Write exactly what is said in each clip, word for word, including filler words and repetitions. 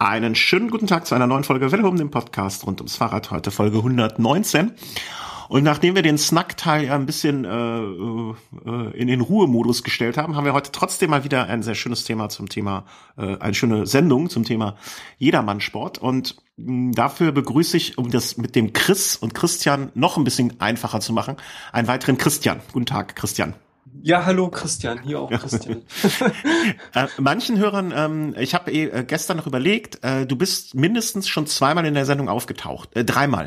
Einen schönen guten Tag zu einer neuen Folge Welle um den Podcast rund ums Fahrrad. Heute Folge hundertneunzehn. Und nachdem wir den Snack-Teil ja ein bisschen äh, äh, in den Ruhemodus gestellt haben, haben wir heute trotzdem mal wieder ein sehr schönes Thema zum Thema, äh, eine schöne Sendung zum Thema Jedermannsport. Und mh, dafür begrüße ich, um das mit dem Chris und Christian noch ein bisschen einfacher zu machen, einen weiteren Christian. Guten Tag, Christian. Ja, hallo Christian, hier auch Christian. äh, manchen Hörern, ähm, ich habe eh, gestern noch überlegt, äh, du bist mindestens schon zweimal in der Sendung aufgetaucht, äh, dreimal.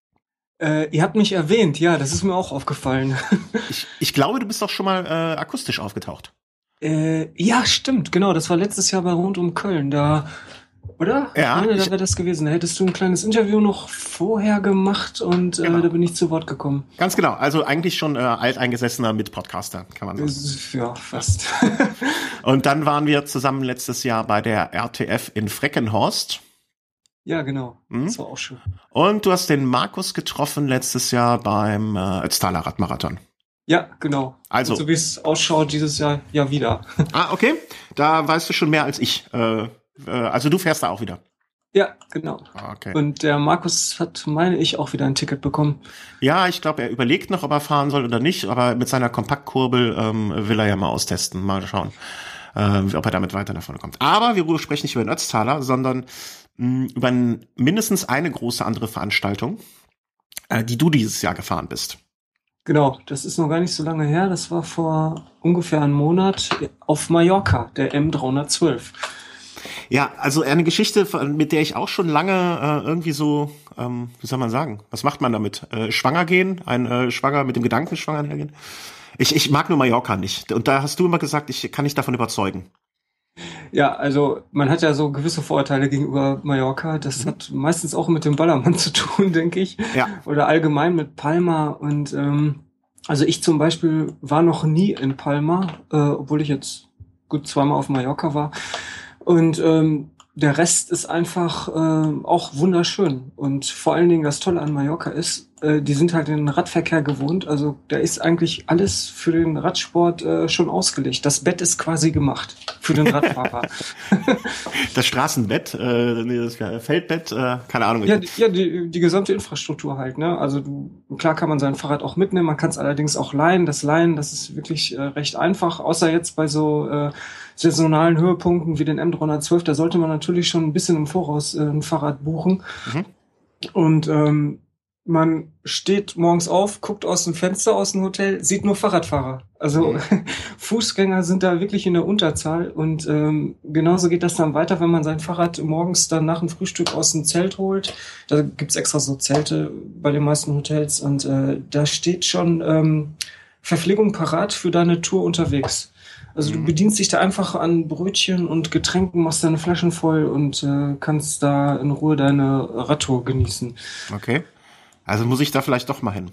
Äh, ihr habt mich erwähnt, ja, das ist mir auch aufgefallen. ich, ich glaube, du bist doch schon mal äh, akustisch aufgetaucht. Äh, ja, stimmt, genau, das war letztes Jahr bei Rund um Köln, da, oder? Ja. Ich meine, da ich, wäre das gewesen. Da hättest du ein kleines Interview noch vorher gemacht und äh, genau. Da bin ich zu Wort gekommen. Ganz genau, also eigentlich schon äh, alteingesessener Mitpodcaster, kann man sagen. Ja, fast. Und dann waren wir zusammen letztes Jahr bei der R T F in Freckenhorst. Ja, genau. Mhm. Das war auch schön. Und du hast den Markus getroffen letztes Jahr beim äh, Ötztaler Radmarathon. Ja, genau. Also, und so wie es ausschaut, dieses Jahr ja wieder. Ah, okay. Da weißt du schon mehr als ich. Äh, äh, also du fährst da auch wieder. Ja, genau. Okay. Und der Markus hat, meine ich, auch wieder ein Ticket bekommen. Ja, ich glaube, er überlegt noch, ob er fahren soll oder nicht. Aber mit seiner Kompaktkurbel ähm, will er ja mal austesten. Mal schauen, äh, ob er damit weiter nach vorne kommt. Aber wir sprechen nicht über den Ötztaler, sondern mh, über ein, mindestens eine große andere Veranstaltung, äh, die du dieses Jahr gefahren bist. Genau, das ist noch gar nicht so lange her. Das war vor ungefähr einem Monat auf Mallorca, der M dreihundertzwölf. Ja, also eine Geschichte, mit der ich auch schon lange äh, irgendwie so, ähm, wie soll man sagen, was macht man damit? Äh, schwanger gehen? Ein äh, Schwanger mit dem Gedanken schwanger hergehen? Ich, ich mag nur Mallorca nicht. Und da hast du immer gesagt, ich kann nicht davon überzeugen. Ja, also man hat ja so gewisse Vorurteile gegenüber Mallorca. Das mhm. hat meistens auch mit dem Ballermann zu tun, denke ich. Ja. Oder allgemein mit Palma. Und ähm, also ich zum Beispiel war noch nie in Palma, äh, obwohl ich jetzt gut zweimal auf Mallorca war. Und ähm, der Rest ist einfach äh, auch wunderschön. Und vor allen Dingen das Tolle an Mallorca ist, äh, die sind halt den Radverkehr gewohnt. Also da ist eigentlich alles für den Radsport äh, schon ausgelegt. Das Bett ist quasi gemacht für den Radfahrer. Das Straßenbett, äh, das Feldbett, äh, keine Ahnung. Ja, die, ja die, die gesamte Infrastruktur halt. Ne? Also du, klar kann man sein Fahrrad auch mitnehmen, man kann es allerdings auch leihen. Das Leihen, das ist wirklich äh, recht einfach, außer jetzt bei so äh, saisonalen Höhepunkten wie den M dreihundertzwölf, da sollte man natürlich schon ein bisschen im Voraus äh, ein Fahrrad buchen. Mhm. Und ähm, man steht morgens auf, guckt aus dem Fenster aus dem Hotel, sieht nur Fahrradfahrer. Also mhm. Fußgänger sind da wirklich in der Unterzahl. Und ähm, genauso geht das dann weiter, wenn man sein Fahrrad morgens dann nach dem Frühstück aus dem Zelt holt. Da gibt's extra so Zelte bei den meisten Hotels. Und äh, da steht schon ähm, Verpflegung parat für deine Tour unterwegs. Also du bedienst dich da einfach an Brötchen und Getränken, machst deine Flaschen voll und äh, kannst da in Ruhe deine Radtour genießen. Okay. Also muss ich da vielleicht doch mal hin.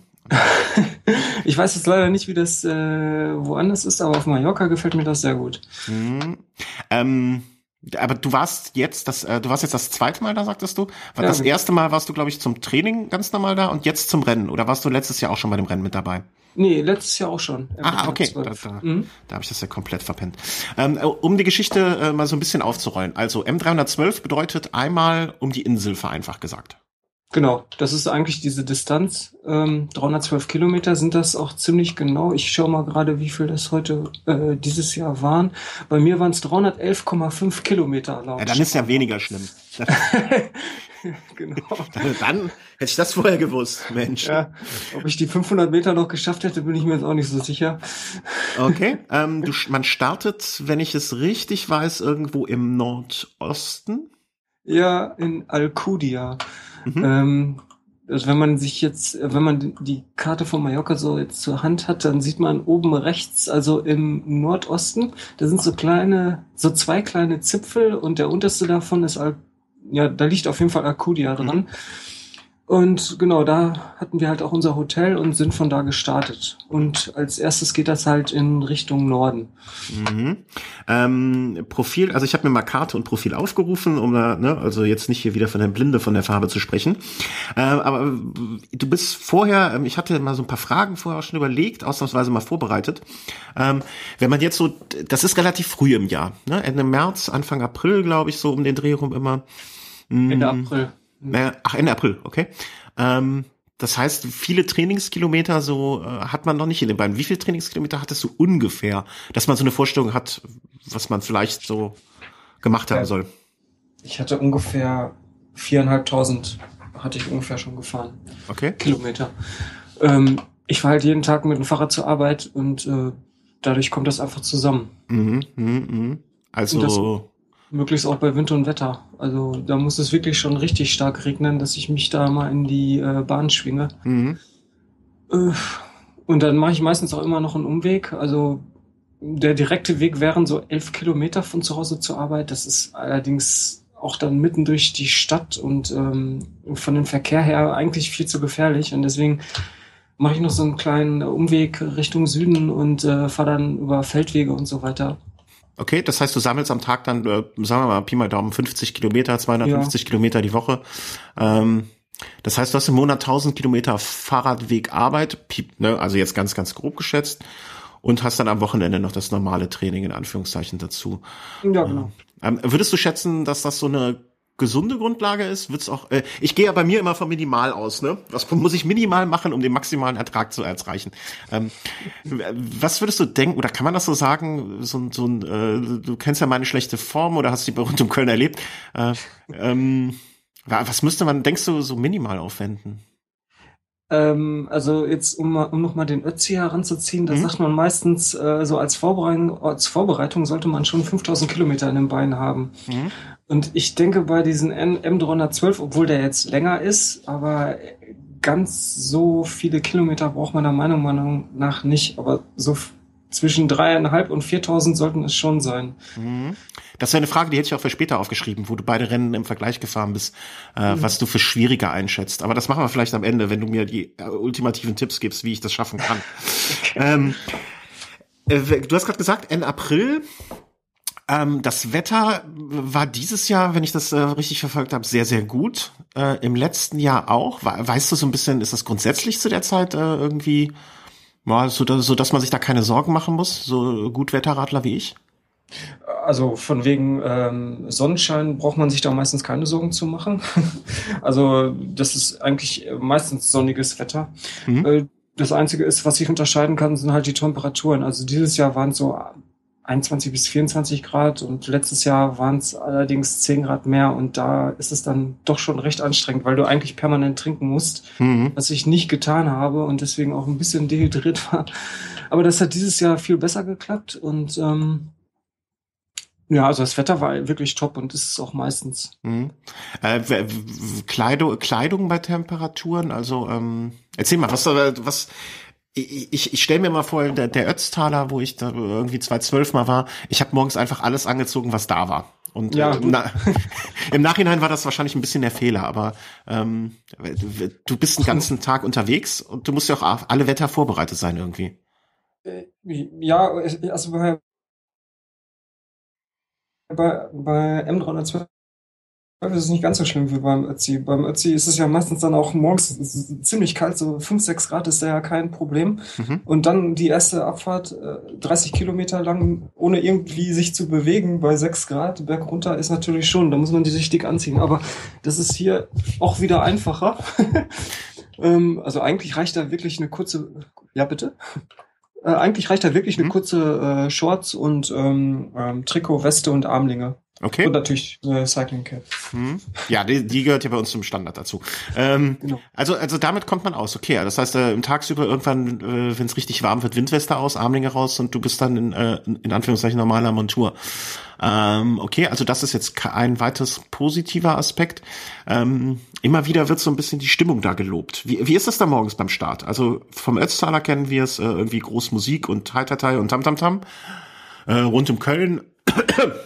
Ich weiß jetzt leider nicht, wie das äh, woanders ist, aber auf Mallorca gefällt mir das sehr gut. Mhm. Ähm, aber du warst jetzt das, äh, du warst jetzt das zweite Mal da, sagtest du? War Ja, das erste Mal warst du, glaube ich, zum Training ganz normal da und jetzt zum Rennen? Oder warst du letztes Jahr auch schon bei dem Rennen mit dabei? Nee, letztes Jahr auch schon. Ah, okay. Da, da, mhm. da habe ich das ja komplett verpennt. Ähm, um die Geschichte äh, mal so ein bisschen aufzurollen. Also M dreihundertzwölf bedeutet einmal um die Insel, vereinfacht gesagt. Genau, das ist eigentlich diese Distanz. Ähm, dreihundertzwölf Kilometer sind das auch ziemlich genau. Ich schaue mal gerade, wie viel das heute äh, dieses Jahr waren. Bei mir waren es dreihundertelf Komma fünf Kilometer laut. Ja, dann ist ja weniger schlimm. Genau. Dann, dann hätte ich das vorher gewusst, Mensch. Ja, ob ich die fünfhundert Meter noch geschafft hätte, bin ich mir jetzt auch nicht so sicher. Okay, ähm, du, man startet, wenn ich es richtig weiß, irgendwo im Nordosten? Ja, in Alcudia. Mhm. Ähm, also wenn man sich jetzt, wenn man die Karte von Mallorca so jetzt zur Hand hat, dann sieht man oben rechts, also im Nordosten, da sind so kleine, so zwei kleine Zipfel und der unterste davon ist, Al- ja, da liegt auf jeden Fall Alcudia dran. Mhm. Und genau, da hatten wir halt auch unser Hotel und sind von da gestartet. Und als erstes geht das halt in Richtung Norden. Mhm. Ähm, Profil, also ich habe mir mal Karte und Profil aufgerufen, um da, ne, also jetzt nicht hier wieder von der Blinde von der Farbe zu sprechen. Äh, aber du bist vorher, ich hatte mal so ein paar Fragen vorher schon überlegt, ausnahmsweise mal vorbereitet. Ähm, wenn man jetzt so, das ist relativ früh im Jahr, ne? Ende März, Anfang April, glaube ich, so um den Dreh rum immer. Ende April. Äh, ach, Ende April, okay. Ähm, das heißt, viele Trainingskilometer so äh, hat man noch nicht in den Beinen. Wie viele Trainingskilometer hattest du ungefähr, dass man so eine Vorstellung hat, was man vielleicht so gemacht haben soll? Ich hatte ungefähr viereinhalbtausend, hatte ich ungefähr schon gefahren. Okay. Kilometer. Ähm, ich war halt jeden Tag mit dem Fahrrad zur Arbeit und äh, dadurch kommt das einfach zusammen. Mhm, mhm, mhm. Also möglichst auch bei Wind und Wetter. Also da muss es wirklich schon richtig stark regnen, dass ich mich da mal in die äh, Bahn schwinge. mhm. Äh, und dann mache ich meistens auch immer noch einen Umweg. Also der direkte Weg wären so elf Kilometer von zu Hause zur Arbeit. Das ist allerdings auch dann mitten durch die Stadt und ähm, von dem Verkehr her eigentlich viel zu gefährlich. Und deswegen mache ich noch so einen kleinen Umweg Richtung Süden und äh, fahre dann über Feldwege und so weiter. Okay, das heißt, du sammelst am Tag dann, äh, sagen wir mal, Pi mal Daumen, fünfzig Kilometer, zweihundertfünfzig ja. Kilometer die Woche. Ähm, das heißt, du hast im Monat tausend Kilometer Fahrradwegarbeit, ne, also jetzt ganz, ganz grob geschätzt, und hast dann am Wochenende noch das normale Training in Anführungszeichen dazu. Ja, genau. Ähm, würdest du schätzen, dass das so eine gesunde Grundlage ist? Wird's auch, äh, ich gehe ja bei mir immer von minimal aus, ne? Was muss ich minimal machen, um den maximalen Ertrag zu erreichen? Ähm, was würdest du denken, oder kann man das so sagen, so, so ein, äh, du kennst ja meine schlechte Form oder hast die bei rund um Köln erlebt, äh, ähm, was müsste man, denkst du, so minimal aufwenden? Ähm, also jetzt, um, um nochmal den Ötzi heranzuziehen, da mhm. sagt man meistens, äh, so als Vorbereitung, als Vorbereitung sollte man schon fünftausend Kilometer in den Beinen haben. Mhm. Und ich denke bei diesen M dreihundertzwölf, obwohl der jetzt länger ist, aber ganz so viele Kilometer braucht man der Meinung, Meinung nach nicht. Aber so zwischen dreieinhalb und viertausend sollten es schon sein. Mhm. Das wäre eine Frage, die hätte ich auch für später aufgeschrieben, wo du beide Rennen im Vergleich gefahren bist, äh, mhm. was du für schwieriger einschätzt. Aber das machen wir vielleicht am Ende, wenn du mir die äh, ultimativen Tipps gibst, wie ich das schaffen kann. Okay. Ähm, äh, du hast gerade gesagt, Ende April. Ähm, das Wetter war dieses Jahr, wenn ich das äh, richtig verfolgt habe, sehr, sehr gut. Äh, im letzten Jahr auch. Weißt du so ein bisschen, ist das grundsätzlich zu der Zeit äh, irgendwie, ja, so, dass, so, dass man sich da keine Sorgen machen muss, so Gutwetterradler wie ich? Also von wegen ähm, Sonnenschein braucht man sich da meistens keine Sorgen zu machen. Also das ist eigentlich meistens sonniges Wetter. Mhm. Äh, das Einzige ist, was ich unterscheiden kann, sind halt die Temperaturen. Also dieses Jahr waren es so einundzwanzig bis vierundzwanzig Grad und letztes Jahr waren es allerdings zehn Grad mehr und da ist es dann doch schon recht anstrengend, weil du eigentlich permanent trinken musst, mhm. was ich nicht getan habe und deswegen auch ein bisschen dehydriert war. Aber das hat dieses Jahr viel besser geklappt und ähm, ja, also das Wetter war wirklich top und ist es auch meistens. Mhm. Äh, Kleidung, Kleidung bei Temperaturen, also ähm, erzähl mal, was, was ich, ich, ich stelle mir mal vor, der, der Ötztaler, wo ich da irgendwie zweitausendzwölf mal war, ich habe morgens einfach alles angezogen, was da war. Und ja, äh, im, Na- im Nachhinein war das wahrscheinlich ein bisschen der Fehler, aber ähm, du bist den ganzen Tag unterwegs und du musst ja auch alle Wetter vorbereitet sein irgendwie. Ja, also bei, bei, bei M dreihundertzwölf ist es nicht ganz so schlimm wie beim Ötzi. Beim Ötzi ist es ja meistens dann auch morgens ziemlich kalt, so fünf, sechs Grad ist da ja kein Problem. Mhm. Und dann die erste Abfahrt, dreißig Kilometer lang, ohne irgendwie sich zu bewegen, bei sechs Grad bergunter ist natürlich schon, da muss man die sich dick anziehen. Aber das ist hier auch wieder einfacher. Also eigentlich reicht da wirklich eine kurze, ja bitte? Eigentlich reicht da wirklich eine mhm. kurze äh, Shorts und ähm, ähm, Trikot, Weste und Armlinge. Okay. Und natürlich äh, Cycling Cap. Hm. Ja, die, die gehört ja bei uns zum Standard dazu. Ähm, genau. Also also damit kommt man aus. Okay, das heißt, äh, im tagsüber irgendwann, äh, wenn es richtig warm wird, Windweste aus, Armlinge raus und du bist dann in, äh, in Anführungszeichen normaler Montur. Ähm, okay, also das ist jetzt ein weiteres positiver Aspekt. Ähm, immer wieder wird so ein bisschen die Stimmung da gelobt. Wie, wie ist das da morgens beim Start? Also vom Ötztaler kennen wir es, äh, irgendwie groß Musik und Heitertei und Tamtamtam. Äh, rund um Köln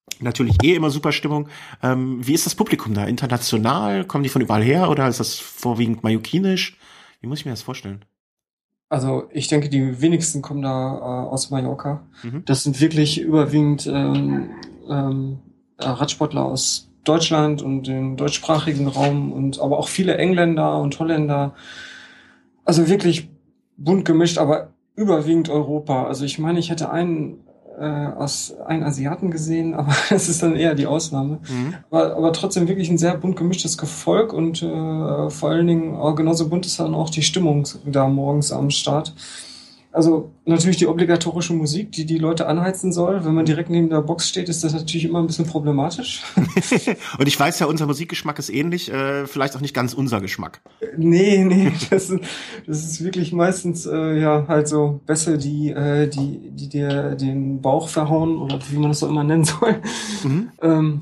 Natürlich eh immer super Stimmung. Ähm, wie ist das Publikum da? International? Kommen die von überall her oder ist das vorwiegend mallorquinisch? Wie muss ich mir das vorstellen? Also ich denke, die wenigsten kommen da äh, aus Mallorca. Mhm. Das sind wirklich überwiegend ähm, ähm, äh, Radsportler aus Deutschland und dem deutschsprachigen Raum und aber auch viele Engländer und Holländer. Also wirklich bunt gemischt, aber überwiegend Europa. Also ich meine, ich hätte einen äh, aus einen Asiaten gesehen, aber das ist dann eher die Ausnahme. Mhm. Aber, aber trotzdem wirklich ein sehr bunt gemischtes Gefolg und äh, vor allen Dingen auch genauso bunt ist dann auch die Stimmung da morgens am Start. Also natürlich die obligatorische Musik, die die Leute anheizen soll. Wenn man direkt neben der Box steht, ist das natürlich immer ein bisschen problematisch. Und ich weiß ja, unser Musikgeschmack ist ähnlich, äh, vielleicht auch nicht ganz unser Geschmack. Nee, nee, das, ist- das ist wirklich meistens äh, ja halt so Bässe, die, äh, die, die dir den Bauch verhauen oder wie man das so immer nennen soll. Mhm. Ähm,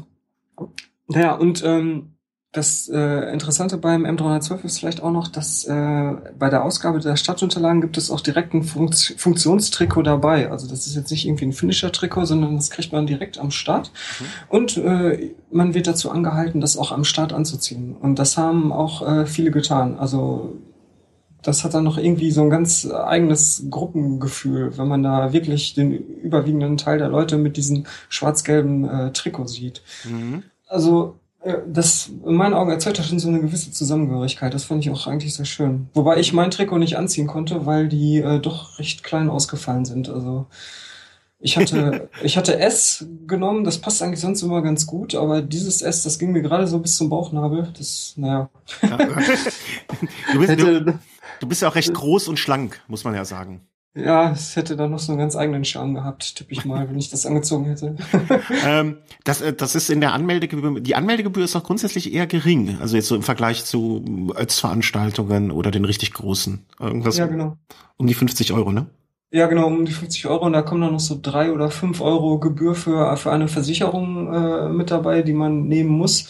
naja, und ähm, das äh, Interessante beim M dreihundertzwölf ist vielleicht auch noch, dass äh, bei der Ausgabe der Stadtunterlagen gibt es auch direkt ein Funkt Funktionstrikot dabei. Also das ist jetzt nicht irgendwie ein Finisher-Trikot, sondern das kriegt man direkt am Start. Mhm. Und äh, man wird dazu angehalten, das auch am Start anzuziehen. Und das haben auch äh, viele getan. Also das hat dann noch irgendwie so ein ganz eigenes Gruppengefühl, wenn man da wirklich den überwiegenden Teil der Leute mit diesem schwarz-gelben äh, Trikot sieht. Mhm. Also äh, das in meinen Augen erzeugt das schon so eine gewisse Zusammengehörigkeit. Das fand ich auch eigentlich sehr schön. Wobei ich mein Trikot nicht anziehen konnte, weil die äh, doch recht klein ausgefallen sind. Also ich hatte ich hatte S genommen, das passt eigentlich sonst immer ganz gut, aber dieses S, das ging mir gerade so bis zum Bauchnabel. Das, naja. Ja. Du bist, du, Hätte, du bist ja auch recht groß und schlank, muss man ja sagen. ja, es hätte dann noch so einen ganz eigenen Charme gehabt, tippe ich mal, wenn ich das angezogen hätte. Ähm, das, äh, das ist in der Anmeldegebühr, die Anmeldegebühr ist doch grundsätzlich eher gering. Also jetzt so im Vergleich zu Ötz-Veranstaltungen oder den richtig großen. Irgendwas Ja, genau. um die fünfzig Euro, ne? Ja, genau, um die fünfzig Euro und da kommen dann noch so drei oder fünf Euro Gebühr für, für eine Versicherung äh, mit dabei, die man nehmen muss.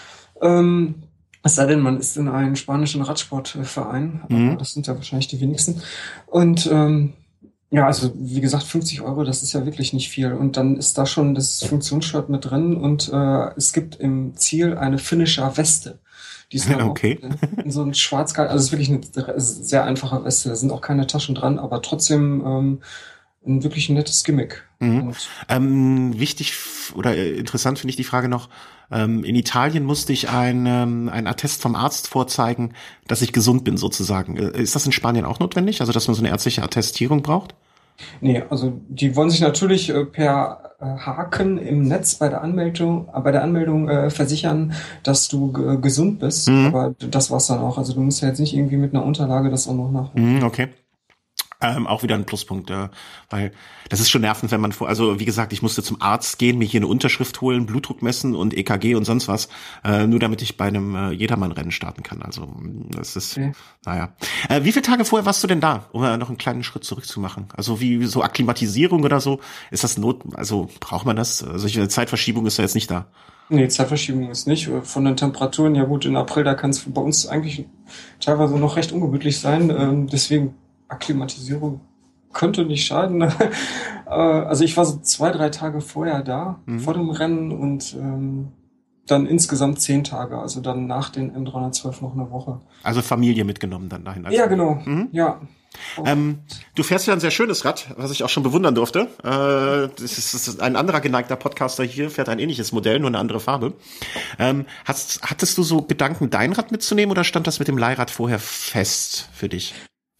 Ähm, es sei denn, man ist in einem spanischen Radsportverein, aber Mhm. das sind ja wahrscheinlich die wenigsten. Und ähm, ja, also wie gesagt, fünfzig Euro, das ist ja wirklich nicht viel. Und dann ist da schon das Funktionsshirt mit drin und äh, es gibt im Ziel eine finnischer Weste. Die ist dann Okay. auch in so ein schwarz, also es ist wirklich eine sehr einfache Weste. Da sind auch keine Taschen dran, aber trotzdem ähm, ein wirklich nettes Gimmick. Mhm. Und Ähm, wichtig f- oder äh, interessant finde ich die Frage noch, ähm, in Italien musste ich ein, ähm, ein Attest vom Arzt vorzeigen, dass ich gesund bin sozusagen. Äh, Ist das in Spanien auch notwendig? Also dass man so eine ärztliche Attestierung braucht? nee, also die wollen sich natürlich äh, per äh, Haken im Netz bei der Anmeldung, äh, bei der Anmeldung äh, versichern, dass du g- gesund bist. Mhm. Aber das war's dann auch. Also du musst ja jetzt nicht irgendwie mit einer Unterlage das auch noch nachholen. Mhm, okay. Ähm, auch wieder ein Pluspunkt, äh, weil das ist schon nervend, wenn man vor, also wie gesagt, ich musste zum Arzt gehen, mir hier eine Unterschrift holen, Blutdruck messen und E K G und sonst was, äh, nur damit ich bei einem äh, Jedermann-Rennen starten kann. Also das ist, Okay. naja. Äh, wie viele Tage vorher warst du denn da, um äh, noch einen kleinen Schritt zurückzumachen? Also wie so Akklimatisierung oder so, ist das Not, also braucht man das? Also ich, Zeitverschiebung ist ja jetzt nicht da. Nee, Zeitverschiebung ist nicht. Von den Temperaturen, ja gut, in April, da kann es bei uns eigentlich teilweise noch recht ungemütlich sein. Ähm, deswegen Akklimatisierung könnte nicht schaden. Äh, also ich war so zwei, drei Tage vorher da, Mhm. vor dem Rennen und ähm, dann insgesamt zehn Tage, also dann nach den M dreihundertzwölf noch eine Woche. Also Familie mitgenommen dann dahin. Also, Ja, genau. Mhm. Ja. Ähm, du fährst ja ein sehr schönes Rad, was ich auch schon bewundern durfte. Äh, das, ist, das ist ein anderer geneigter Podcaster hier, fährt ein ähnliches Modell, nur eine andere Farbe. Ähm, hast, hattest du so Gedanken, dein Rad mitzunehmen oder stand das mit dem Leihrad vorher fest für dich?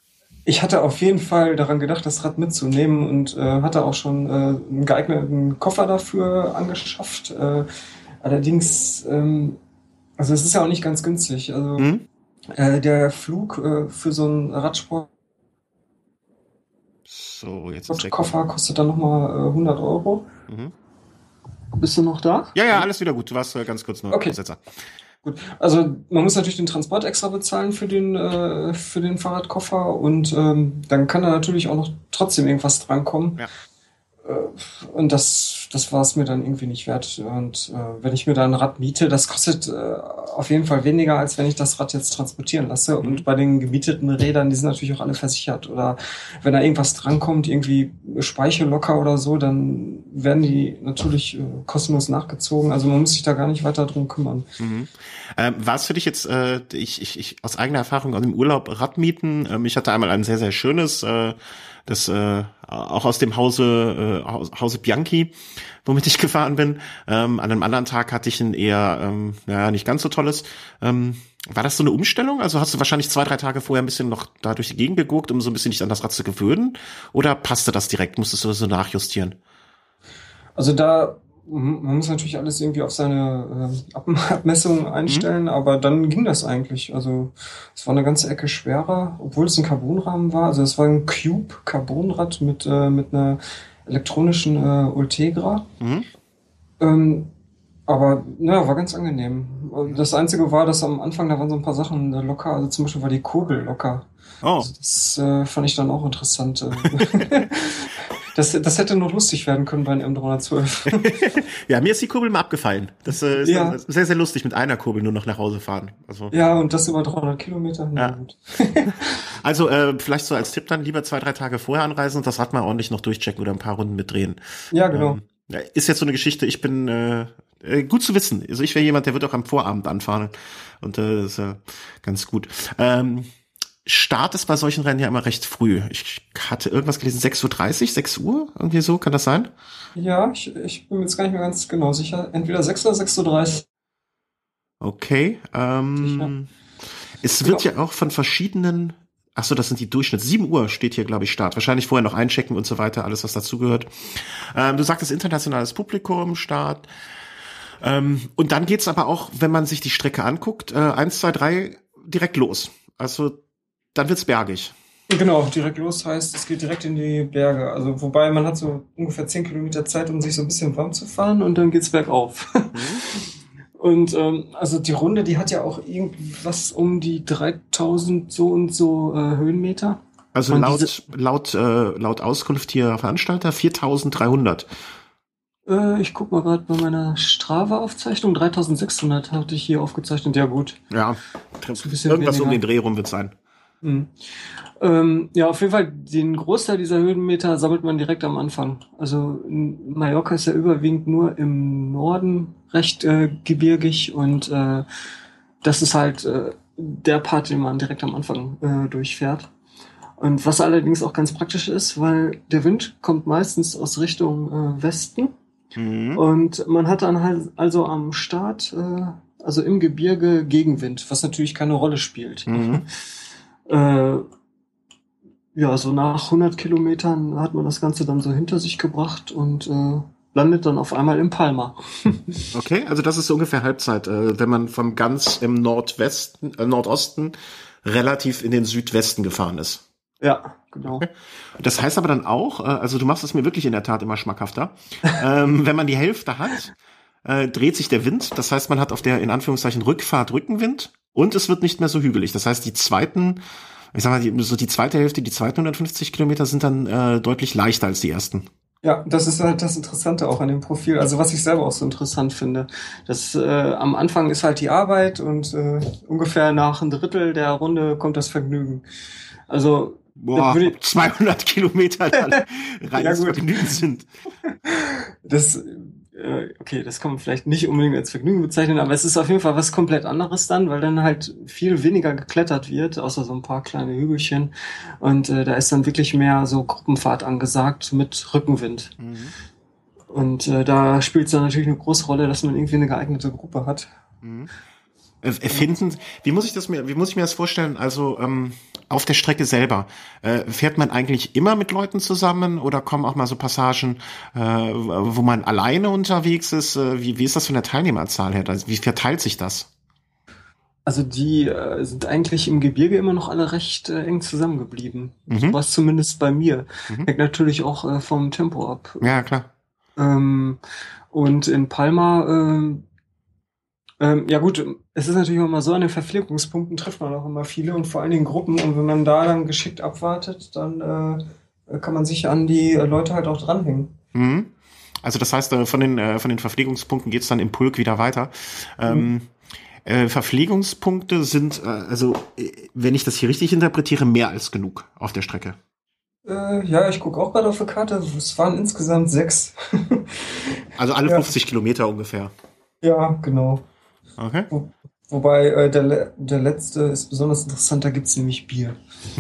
Ich hatte auf jeden Fall daran gedacht, das Rad mitzunehmen und äh, hatte auch schon äh, einen geeigneten Koffer dafür angeschafft. Äh, allerdings, ähm, also es ist ja auch nicht ganz günstig. Also Mhm. äh, der Flug äh, für so einen Radsport So, jetzt ist weg. Koffer kostet dann nochmal äh, hundert Euro. Mhm. Bist du noch da? Ja, ja, alles wieder gut. Du warst äh, ganz kurz nur Okay. Aussetzer. Gut. Also man muss natürlich den Transport extra bezahlen für den äh, für den Fahrradkoffer und ähm, dann kann da natürlich auch noch trotzdem irgendwas drankommen. Ja. Und das, das war es mir dann irgendwie nicht wert. Und äh, wenn ich mir da ein Rad miete, das kostet äh, auf jeden Fall weniger, als wenn ich das Rad jetzt transportieren lasse. Mhm. Und bei den gemieteten Rädern, die sind natürlich auch alle versichert. Oder wenn da irgendwas drankommt, irgendwie Speichellocker oder so, dann werden die natürlich äh, kostenlos nachgezogen. Also man muss sich da gar nicht weiter drum kümmern. Mhm. Ähm, war es für dich jetzt, äh, ich, ich, ich aus eigener Erfahrung aus dem Urlaub Radmieten? Ähm, ich hatte einmal ein sehr, sehr schönes, äh, das äh, auch aus dem Hause äh, Hause Bianchi, womit ich gefahren bin. Ähm, an einem anderen Tag hatte ich ein eher, ähm, naja, nicht ganz so tolles. Ähm, war das so eine Umstellung? Also hast du wahrscheinlich zwei, drei Tage vorher ein bisschen noch da durch die Gegend geguckt, um so ein bisschen dich an das Rad zu gewöhnen? Oder passte das direkt? Musstest du das so nachjustieren? Also da, man muss natürlich alles irgendwie auf seine äh, Ab Abmessung einstellen, mhm. aber dann ging das eigentlich. Also es war eine ganze Ecke schwerer, obwohl es ein Carbonrahmen war. Also es war ein Cube-Carbonrad mit äh, mit einer elektronischen äh, Ultegra. Mhm. Ähm, aber ja, war ganz angenehm. Das Einzige war, dass am Anfang, da waren so ein paar Sachen locker, also zum Beispiel war die Kurbel locker. Oh. Also das äh, fand ich dann auch interessant. Das, das hätte noch lustig werden können bei einem M dreihundertzwölf. Ja, mir ist die Kurbel mal abgefallen. Das äh, ist ja sehr, sehr lustig, mit einer Kurbel nur noch nach Hause fahren. Also, ja, und das über dreihundert Kilometer. Ja. Gut. Also äh, vielleicht so als Tipp dann lieber zwei, drei Tage vorher anreisen und das Rad mal ordentlich noch durchchecken oder ein paar Runden mitdrehen. Ja, genau. Ähm, ist jetzt so eine Geschichte, ich bin äh, gut zu wissen. Also ich wäre jemand, der wird auch am Vorabend anfahren. Und äh, das ist ja ganz gut. Ähm, Start ist bei solchen Rennen ja immer recht früh. Ich hatte irgendwas gelesen, sechs Uhr dreißig, sechs Uhr, irgendwie so, kann das sein? Ja, ich, ich bin mir jetzt gar nicht mehr ganz genau sicher. Entweder sechs oder sechs Uhr dreißig. Okay. Ähm, es wird genau. ja auch von verschiedenen, ach so, das sind die Durchschnitte. sieben Uhr steht hier, glaube ich, Start. Wahrscheinlich vorher noch einchecken und so weiter, alles, was dazugehört. Ähm, du sagtest internationales Publikum, Start. Ähm, und dann geht's aber auch, wenn man sich die Strecke anguckt, äh, eins, zwei, drei, direkt los. Also dann wird's bergig. Genau, direkt los heißt, es geht direkt in die Berge. Also wobei man hat so ungefähr zehn Kilometer Zeit, um sich so ein bisschen warm zu fahren und dann geht's bergauf. Mhm. Und ähm, also die Runde, die hat ja auch irgendwas um die dreitausend so und so äh, Höhenmeter. Also und laut diese, laut äh, laut Auskunft hier Veranstalter viertausenddreihundert. Äh, ich guck mal gerade bei meiner Strava-Aufzeichnung, dreitausendsechshundert hatte ich hier aufgezeichnet. Ja gut. Ja, irgendwas weniger. Um den Dreh rum wird sein. Mhm. Ähm, ja, auf jeden Fall, den Großteil dieser Höhenmeter sammelt man direkt am Anfang. Also Mallorca ist ja überwiegend nur im Norden recht äh, gebirgig und äh, das ist halt äh, der Part, den man direkt am Anfang äh, durchfährt. Und was allerdings auch ganz praktisch ist, weil der Wind kommt meistens aus Richtung äh, Westen mhm. und man hat dann halt also am Start, äh, also im Gebirge Gegenwind, was natürlich keine Rolle spielt. Mhm. Äh, ja, so nach hundert Kilometern hat man das Ganze dann so hinter sich gebracht und äh, landet dann auf einmal in Palma. Okay, also das ist so ungefähr Halbzeit, äh, wenn man vom ganz im Nordwesten, äh, Nordosten relativ in den Südwesten gefahren ist. Ja, genau. Okay. Das heißt aber dann auch, äh, also du machst es mir wirklich in der Tat immer schmackhafter, ähm, wenn man die Hälfte hat, äh, dreht sich der Wind, das heißt man hat auf der in Anführungszeichen Rückfahrt Rückenwind. Und es wird nicht mehr so hügelig. Das heißt, die zweiten, ich sag mal, die, so die zweite Hälfte, die zweiten hundertfünfzig Kilometer sind dann äh, deutlich leichter als die ersten. Ja, das ist halt das Interessante auch an dem Profil. Also was ich selber auch so interessant finde, dass äh, am Anfang ist halt die Arbeit und äh, ungefähr nach ein Drittel der Runde kommt das Vergnügen. Also boah, ich, zweihundert Kilometer reines ja, Vergnügen sind. Das okay, das kann man vielleicht nicht unbedingt als Vergnügen bezeichnen, aber es ist auf jeden Fall was komplett anderes dann, weil dann halt viel weniger geklettert wird, außer so ein paar kleine Hügelchen. Und äh, da ist dann wirklich mehr so Gruppenfahrt angesagt mit Rückenwind. Mhm. Und äh, da spielt es dann natürlich eine große Rolle, dass man irgendwie eine geeignete Gruppe hat. Mhm. Erfinden, wie muss ich das mir, wie muss ich mir das vorstellen? Also ähm, auf der Strecke selber äh, fährt man eigentlich immer mit Leuten zusammen oder kommen auch mal so Passagen, äh, wo man alleine unterwegs ist? Äh, wie, wie ist das von der Teilnehmerzahl her? Also, wie verteilt sich das? Also die äh, sind eigentlich im Gebirge immer noch alle recht äh, eng zusammengeblieben. Mhm. So was zumindest bei mir. Mhm. Hängt natürlich auch äh, vom Tempo ab. Ja, klar. Ähm, und in Palma ähm, Ähm, ja gut, es ist natürlich auch immer so, an den Verpflegungspunkten trifft man auch immer viele und vor allen Dingen Gruppen. Und wenn man da dann geschickt abwartet, dann äh, kann man sich an die Leute halt auch dranhängen. Mhm. Also das heißt, äh, von den äh, von den Verpflegungspunkten geht's dann im Pulk wieder weiter. Ähm, Mhm. äh, Verpflegungspunkte sind, äh, also äh, wenn ich das hier richtig interpretiere, mehr als genug auf der Strecke. Äh, ja, ich gucke auch gerade auf der Karte. Es waren insgesamt sechs. Also alle Ja, fünfzig Kilometer ungefähr. ja, genau. Okay. Wo, wobei äh, der, le- der letzte ist besonders interessant, da gibt's nämlich Bier.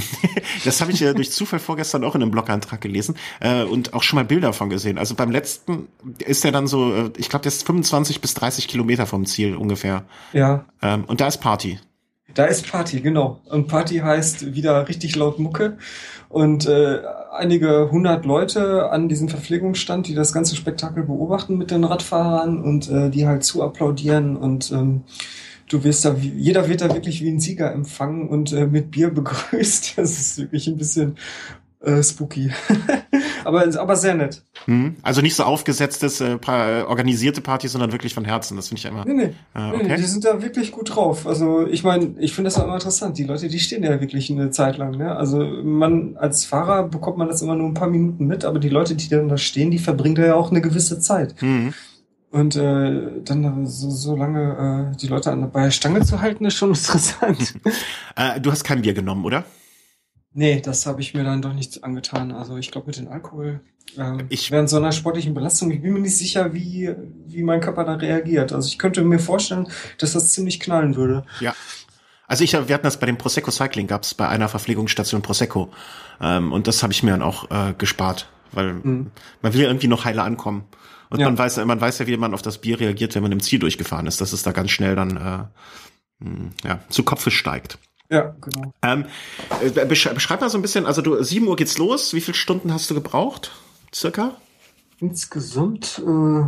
Das habe ich äh, durch Zufall vorgestern auch in einem Blogantrag gelesen äh, und auch schon mal Bilder von gesehen. Also beim letzten ist der dann so, äh, ich glaube, der ist fünfundzwanzig bis dreißig Kilometer vom Ziel ungefähr. Ja, Ähm, und da ist Party. da ist Party, genau. Und Party heißt wieder richtig laut Mucke. Und äh, einige hundert Leute an diesem Verpflegungsstand, die das ganze Spektakel beobachten mit den Radfahrern und äh, die halt zu applaudieren. Und ähm, du wirst da, wie, jeder wird da wirklich wie ein Sieger empfangen und äh, mit Bier begrüßt. Das ist wirklich ein bisschen äh, spooky. aber, aber sehr nett. Hm? Also nicht so aufgesetztes, äh, pa- äh, organisierte Party, sondern wirklich von Herzen. Das finde ich ja immer. Nee, nee. Äh, Nee, nee, die okay. sind da wirklich gut drauf. Also ich meine, ich finde das auch immer interessant. Die Leute, die stehen ja wirklich eine Zeit lang. Ne? Also man als Fahrer bekommt man das immer nur ein paar Minuten mit, aber die Leute, die dann da stehen, die verbringen da ja auch eine gewisse Zeit. Hm. Und äh, dann so, so lange äh, die Leute an, bei der Stange zu halten, ist schon interessant. Äh, du hast kein Bier genommen, oder? Nee, das habe ich mir dann doch nicht angetan. Also ich glaube mit dem Alkohol ähm, Ich, während so einer sportlichen Belastung, ich bin mir nicht sicher, wie, wie mein Körper da reagiert. Also ich könnte mir vorstellen, dass das ziemlich knallen würde. ja. Also ich, wir hatten das bei dem Prosecco Cycling, gab's bei einer Verpflegungsstation Prosecco. Ähm, und das habe ich mir dann auch äh, gespart, weil Mhm. man will ja irgendwie noch heile ankommen. Und Ja. man weiß, man weiß ja, wie man auf das Bier reagiert, wenn man im Ziel durchgefahren ist, dass es da ganz schnell dann äh, mh, ja, zu Kopfe steigt. Ja, genau. Ähm, äh, besch beschreib mal so ein bisschen, also du, sieben Uhr geht's los, wie viele Stunden hast du gebraucht? Circa? Insgesamt äh,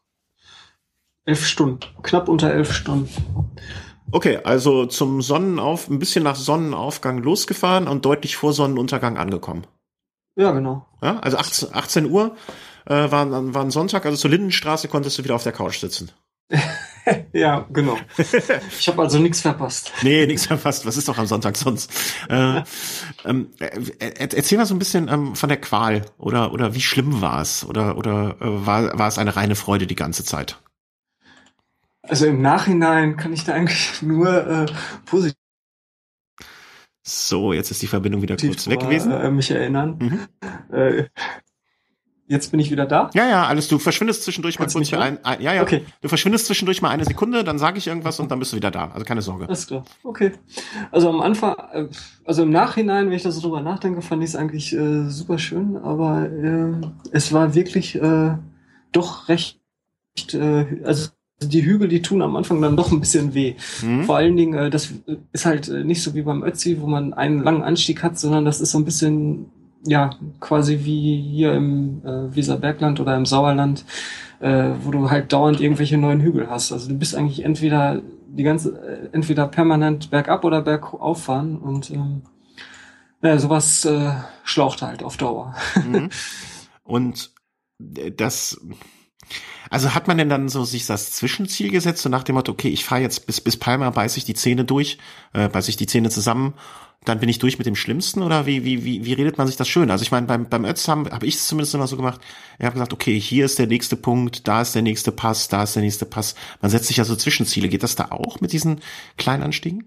elf Stunden. Knapp unter elf Stunden. Okay, also zum Sonnenauf, ein bisschen nach Sonnenaufgang losgefahren und deutlich vor Sonnenuntergang angekommen. Ja, genau. Ja, also achtzehn, achtzehn Uhr äh, war, war ein Sonntag, also zur Lindenstraße konntest du wieder auf der Couch sitzen. Ja, genau. Ich habe also nichts verpasst. Nee, nichts verpasst. Was ist doch am Sonntag sonst? Äh, ähm, äh, erzähl mal so ein bisschen ähm, von der Qual oder oder wie schlimm war es oder oder äh, war war es eine reine Freude die ganze Zeit? Also im Nachhinein kann ich da eigentlich nur äh, positiv So, jetzt ist die Verbindung wieder kurz weg drüber, gewesen. äh, mich erinnern. Mhm. Äh, jetzt bin ich wieder da. Ja, ja, alles. Du verschwindest zwischendurch Kannst du mal kurz mich für hören? ein, ein ja, ja. Okay. Du verschwindest zwischendurch mal eine Sekunde, dann sage ich irgendwas und dann bist du wieder da. Also keine Sorge. Alles klar. Okay. Also am Anfang, äh, also im Nachhinein, wenn ich da so drüber nachdenke, fand ich es eigentlich äh, super schön, aber äh, es war wirklich äh, doch recht, äh, also die Hügel, die tun am Anfang dann doch ein bisschen weh. Mhm. Vor allen Dingen, äh, das ist halt äh, nicht so wie beim Ötzi, wo man einen langen Anstieg hat, sondern das ist so ein bisschen, ja, quasi wie hier im äh, Weserbergland oder im Sauerland, äh, wo du halt dauernd irgendwelche neuen Hügel hast. Also du bist eigentlich entweder die ganze, äh, entweder permanent bergab oder bergauf fahren und ähm, ja, sowas äh, schlaucht halt auf Dauer. Mhm. Und das, also hat man denn dann so sich das Zwischenziel gesetzt, so nach dem Motto, okay, ich fahre jetzt bis bis Palma, beiß ich die Zähne durch, äh, beiß ich die Zähne zusammen, dann bin ich durch mit dem Schlimmsten, oder wie wie wie wie redet man sich das schön? Also ich meine, beim beim Ötz haben habe ich es zumindest immer so gemacht. Ich habe gesagt, okay, hier ist der nächste Punkt, da ist der nächste Pass, da ist der nächste Pass. Man setzt sich ja so Zwischenziele. Geht das da auch mit diesen kleinen Anstiegen?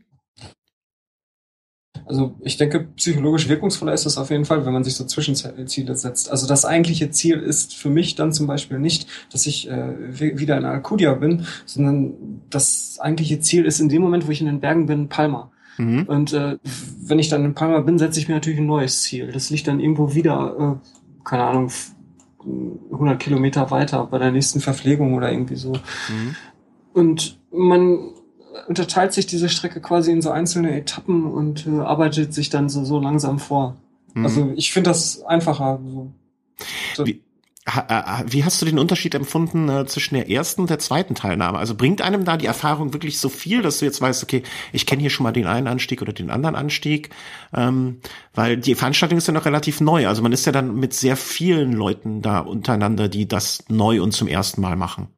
Also ich denke, psychologisch wirkungsvoller ist das auf jeden Fall, wenn man sich so Zwischenziele setzt. Also das eigentliche Ziel ist für mich dann zum Beispiel nicht, dass ich äh, wieder in Alcudia bin, sondern das eigentliche Ziel ist in dem Moment, wo ich in den Bergen bin, Palma. Mhm. Und äh, wenn ich dann in Palma bin, setze ich mir natürlich ein neues Ziel. Das liegt dann irgendwo wieder, äh, keine Ahnung, hundert Kilometer weiter bei der nächsten Verpflegung oder irgendwie so. Mhm. Und man unterteilt sich diese Strecke quasi in so einzelne Etappen und äh, arbeitet sich dann so, so langsam vor. Mhm. Also ich finde das einfacher. So. So. Wie, ha, wie hast du den Unterschied empfunden äh, zwischen der ersten und der zweiten Teilnahme? Also bringt einem da die Erfahrung wirklich so viel, dass du jetzt weißt, okay, ich kenne hier schon mal den einen Anstieg oder den anderen Anstieg? Ähm, weil die Veranstaltung ist ja noch relativ neu. Also man ist ja dann mit sehr vielen Leuten da untereinander, die das neu und zum ersten Mal machen.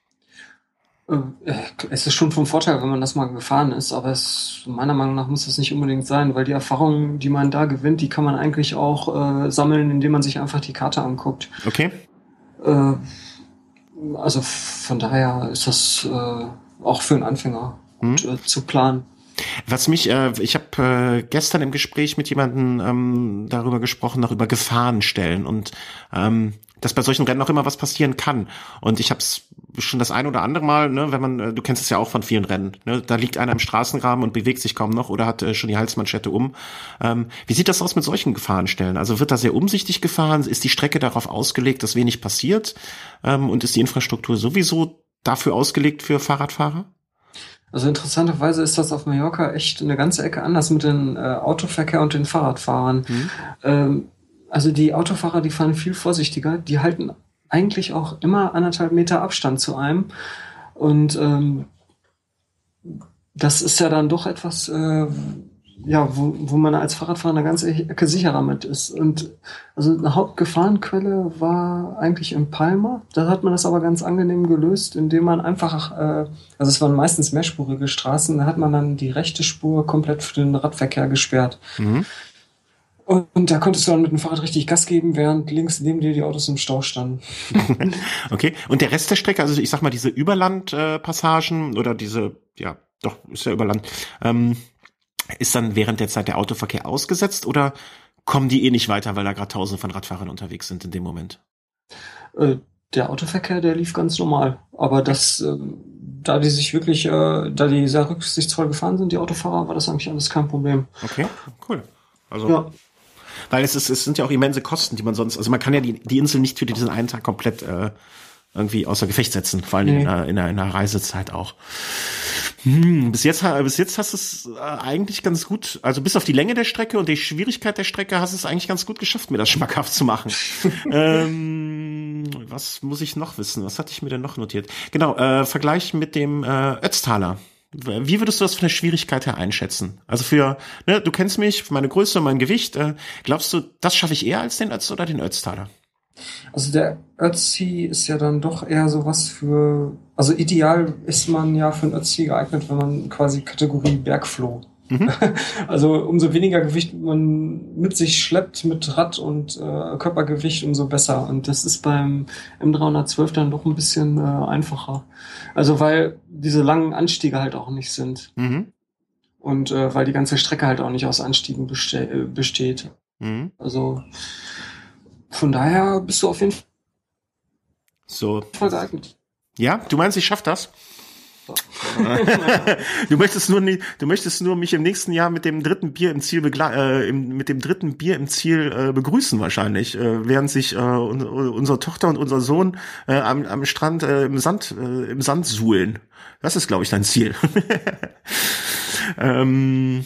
Es ist schon vom Vorteil, wenn man das mal gefahren ist, aber es, meiner Meinung nach muss das nicht unbedingt sein, weil die Erfahrungen, die man da gewinnt, die kann man eigentlich auch äh, sammeln, indem man sich einfach die Karte anguckt. Okay. Äh, also von daher ist das äh, auch für einen Anfänger gut Hm? äh, zu planen. Was mich, äh, ich habe äh, gestern im Gespräch mit jemandem ähm, darüber gesprochen, noch über Gefahrenstellen und ähm, dass bei solchen Rennen auch immer was passieren kann. Und ich habe es schon das ein oder andere Mal, ne, wenn man, äh, du kennst es ja auch von vielen Rennen, ne, da liegt einer im Straßengraben und bewegt sich kaum noch oder hat äh, schon die Halsmanschette um. Ähm, wie sieht das aus mit solchen Gefahrenstellen? Also wird da sehr umsichtig gefahren? Ist die Strecke darauf ausgelegt, dass wenig passiert? Ähm, und ist die Infrastruktur sowieso dafür ausgelegt für Fahrradfahrer? Also interessanterweise ist das auf Mallorca echt eine ganze Ecke anders mit dem äh, Autoverkehr und den Fahrradfahrern. Hm? Ähm, also die Autofahrer, die fahren viel vorsichtiger, die halten eigentlich auch immer anderthalb Meter Abstand zu einem. Und ähm, das ist ja dann doch etwas, äh, ja, wo, wo man als Fahrradfahrer eine ganze Ecke sicherer mit ist. Und also eine Hauptgefahrenquelle war eigentlich in Palma. Da hat man das aber ganz angenehm gelöst, indem man einfach, äh, also es waren meistens mehrspurige Straßen, da hat man dann die rechte Spur komplett für den Radverkehr gesperrt. Mhm. Und, und da konntest du dann mit dem Fahrrad richtig Gas geben, während links neben dir die Autos im Stau standen. Okay. Und der Rest der Strecke, also ich sag mal, diese Überlandpassagen äh, oder diese, ja, doch, ist ja Überland, ähm, ist dann während der Zeit der Autoverkehr ausgesetzt oder kommen die eh nicht weiter, weil da gerade tausende von Radfahrern unterwegs sind in dem Moment? Äh, der Autoverkehr, der lief ganz normal. Aber das, äh, da die sich wirklich, äh, da die sehr rücksichtsvoll gefahren sind, die Autofahrer, war das eigentlich alles kein Problem. Okay, cool. Also, Ja. weil es ist, es sind ja auch immense Kosten, die man sonst, also man kann ja die, die Insel nicht für diesen einen Tag komplett äh, irgendwie außer Gefecht setzen, vor allem Nee. in, der, in, der, in der Reisezeit auch. Hm, bis jetzt, bis jetzt hast du es äh, eigentlich ganz gut, also bis auf die Länge der Strecke und die Schwierigkeit der Strecke hast du es eigentlich ganz gut geschafft, mir das schmackhaft zu machen. ähm, was muss ich noch wissen? Was hatte ich mir denn noch notiert? Genau, äh, Vergleich mit dem äh, Ötztaler. Wie würdest du das von der Schwierigkeit her einschätzen? Also für, ne, du kennst mich, meine Größe und mein Gewicht. Äh, glaubst du, das schaffe ich eher als den Ötz oder den Ötztaler? Also der Ötzi ist ja dann doch eher sowas für, also ideal ist man ja für einen Ötzi geeignet, wenn man quasi Kategorie Bergfloh. Mhm. Also umso weniger Gewicht man mit sich schleppt mit Rad und äh, Körpergewicht, umso besser. Und das ist beim M dreihundertzwölf dann doch ein bisschen äh, einfacher. Also weil diese langen Anstiege halt auch nicht sind. Mhm. Und äh, weil die ganze Strecke halt auch nicht aus Anstiegen beste äh, besteht. Mhm. Also von daher bist du auf jeden So. Fall geeignet. Ja, du meinst, ich schaff das? du möchtest nur nie, du möchtest nur mich im nächsten Jahr mit dem dritten Bier im Ziel begle äh, im, mit dem dritten Bier im Ziel äh, begrüßen wahrscheinlich, äh, während sich äh, un unsere Tochter und unser Sohn äh, am, am Strand äh, im Sand äh, im Sand suhlen. Das ist, glaube ich, dein Ziel. ähm,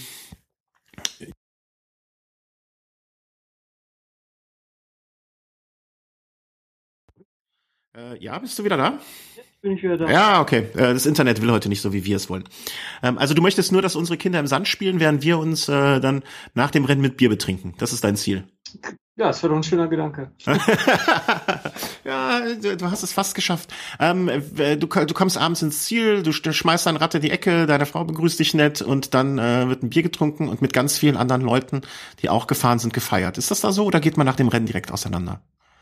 äh, ja, bist du wieder da? Bin ich wieder da. Ja, okay. Äh, Das Internet will heute nicht so, wie wir es wollen. Ähm, Also du möchtest nur, dass unsere Kinder im Sand spielen, während wir uns äh, dann nach dem Rennen mit Bier betrinken. Das ist dein Ziel. Ja, das wäre doch ein schöner Gedanke. Ja, du, du hast es fast geschafft. Ähm, äh, du, du kommst abends ins Ziel, du sch- schmeißt dein Rad in die Ecke, deine Frau begrüßt dich nett und dann äh, wird ein Bier getrunken und mit ganz vielen anderen Leuten, die auch gefahren sind, gefeiert. Ist das da so oder geht man nach dem Rennen direkt auseinander?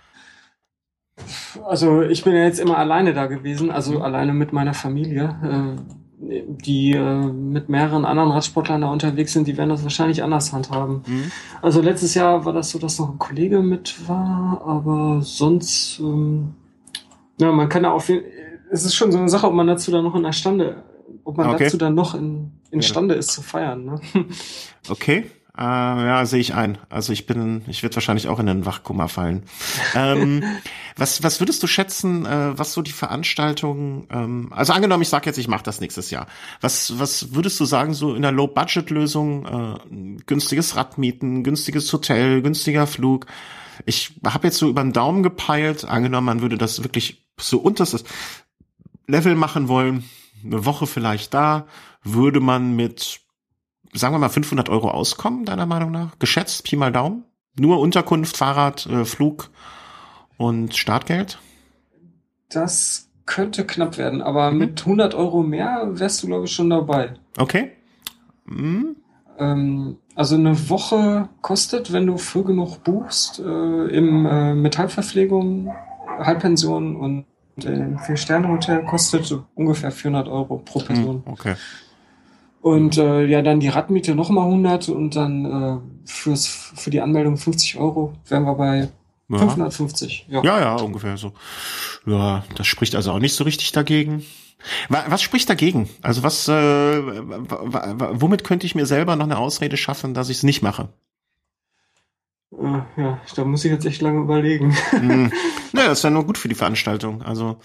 Also ich bin ja jetzt immer alleine da gewesen, also Mhm. alleine mit meiner Familie, äh, die äh, mit mehreren anderen Radsportlern da unterwegs sind, die werden das wahrscheinlich anders handhaben. Mhm. Also letztes Jahr war das so, dass noch ein Kollege mit war, aber sonst, ähm, ja, man kann ja auf jeden es ist schon so eine Sache, ob man dazu dann noch in der Stande, ob man Okay. dazu dann noch in, in Ja. Stande ist zu feiern, ne? Okay. Äh, ja, sehe ich ein. Also ich bin, ich werde wahrscheinlich auch in einen Wachkummer fallen. ähm, was, was würdest du schätzen, äh, was so die Veranstaltungen, ähm, also angenommen, ich sage jetzt, ich mache das nächstes Jahr. Was, was würdest du sagen, so in einer Low-Budget-Lösung, äh, günstiges Radmieten, günstiges Hotel, günstiger Flug? Ich habe jetzt so über den Daumen gepeilt, angenommen, man würde das wirklich so unterstes Level machen wollen, eine Woche vielleicht da, würde man mit sagen wir mal, fünfhundert Euro auskommen, deiner Meinung nach? Geschätzt, Pi mal Daumen? Nur Unterkunft, Fahrrad, äh, Flug und Startgeld? Das könnte knapp werden, aber Mhm. mit hundert Euro mehr wärst du, glaube ich, schon dabei. Okay. Mhm. Ähm, also eine Woche kostet, wenn du früh genug buchst, äh, im äh, Metallverpflegung Halbpension und ein Vier-Sterne-Hotel kostet so ungefähr vierhundert Euro pro Person. Okay. Und äh, ja, dann die Radmiete nochmal hundert und dann äh, fürs für die Anmeldung fünfzig Euro wären wir bei Ja. fünfhundertfünfzig. Ja. ja, ja, ungefähr so. Ja, das spricht also auch nicht so richtig dagegen. Wa- Was spricht dagegen? Also was, äh, w- w- womit könnte ich mir selber noch eine Ausrede schaffen, dass ich es nicht mache? Äh, ja, da muss ich jetzt echt lange überlegen. Hm. Naja, das ist ja nur gut für die Veranstaltung. Also,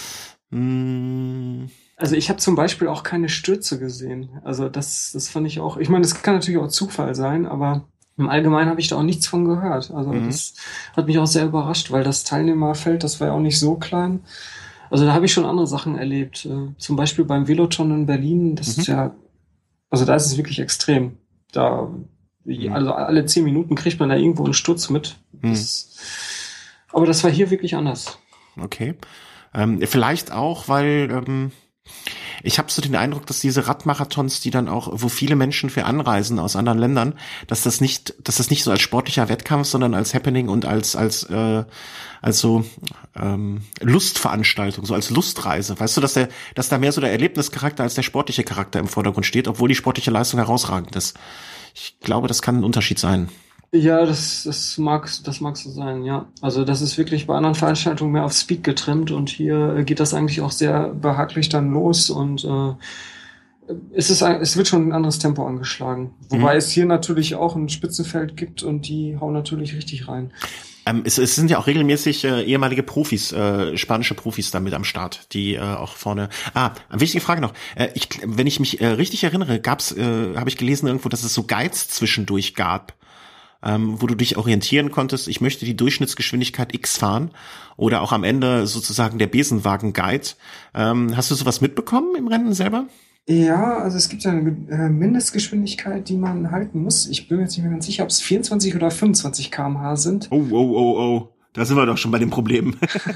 hm, Also ich habe zum Beispiel auch keine Stürze gesehen. Also das, das fand ich auch. Ich meine, das kann natürlich auch Zufall sein, aber im Allgemeinen habe ich da auch nichts von gehört. Also Mhm. das hat mich auch sehr überrascht, weil das Teilnehmerfeld, das war ja auch nicht so klein. Also da habe ich schon andere Sachen erlebt. Äh, zum Beispiel beim Veloton in Berlin, das Mhm. ist ja, also da ist es wirklich extrem. Da, Mhm. also alle zehn Minuten kriegt man da irgendwo einen Sturz mit. Mhm. Das, aber das war hier wirklich anders. Okay. Ähm, vielleicht auch, weil ähm, ich habe so den Eindruck, dass diese Radmarathons, die dann auch, wo viele Menschen für anreisen aus anderen Ländern, dass das nicht, dass das nicht so als sportlicher Wettkampf, sondern als Happening und als als äh, als so ähm, Lustveranstaltung, so als Lustreise. Weißt du, dass der, dass da mehr so der Erlebnischarakter als der sportliche Charakter im Vordergrund steht, obwohl die sportliche Leistung herausragend ist. Ich glaube, das kann ein Unterschied sein. Ja, das, das mag, das mag so sein, ja. Also das ist wirklich bei anderen Veranstaltungen mehr auf Speed getrimmt und hier äh, geht das eigentlich auch sehr behaglich dann los und äh, es ist ein, es wird schon ein anderes Tempo angeschlagen. Wobei Mhm. es hier natürlich auch ein Spitzenfeld gibt und die hauen natürlich richtig rein. Ähm, es, es sind ja auch regelmäßig äh, ehemalige Profis, äh, spanische Profis da mit am Start, die äh, auch vorne. Ah, eine wichtige Frage noch. Äh, ich, wenn ich mich äh, richtig erinnere, gab's, äh, habe ich gelesen irgendwo, dass es so Guides zwischendurch gab, ähm, wo du dich orientieren konntest. Ich möchte die Durchschnittsgeschwindigkeit X fahren oder auch am Ende sozusagen der Besenwagen-Guide. Ähm, hast du sowas mitbekommen im Rennen selber? Ja, also es gibt ja eine äh, Mindestgeschwindigkeit, die man halten muss. Ich bin mir jetzt nicht mehr ganz sicher, ob es vierundzwanzig oder fünfundzwanzig Kilometer pro Stunde sind. Oh, oh, oh, oh. Da sind wir doch schon bei dem Problem.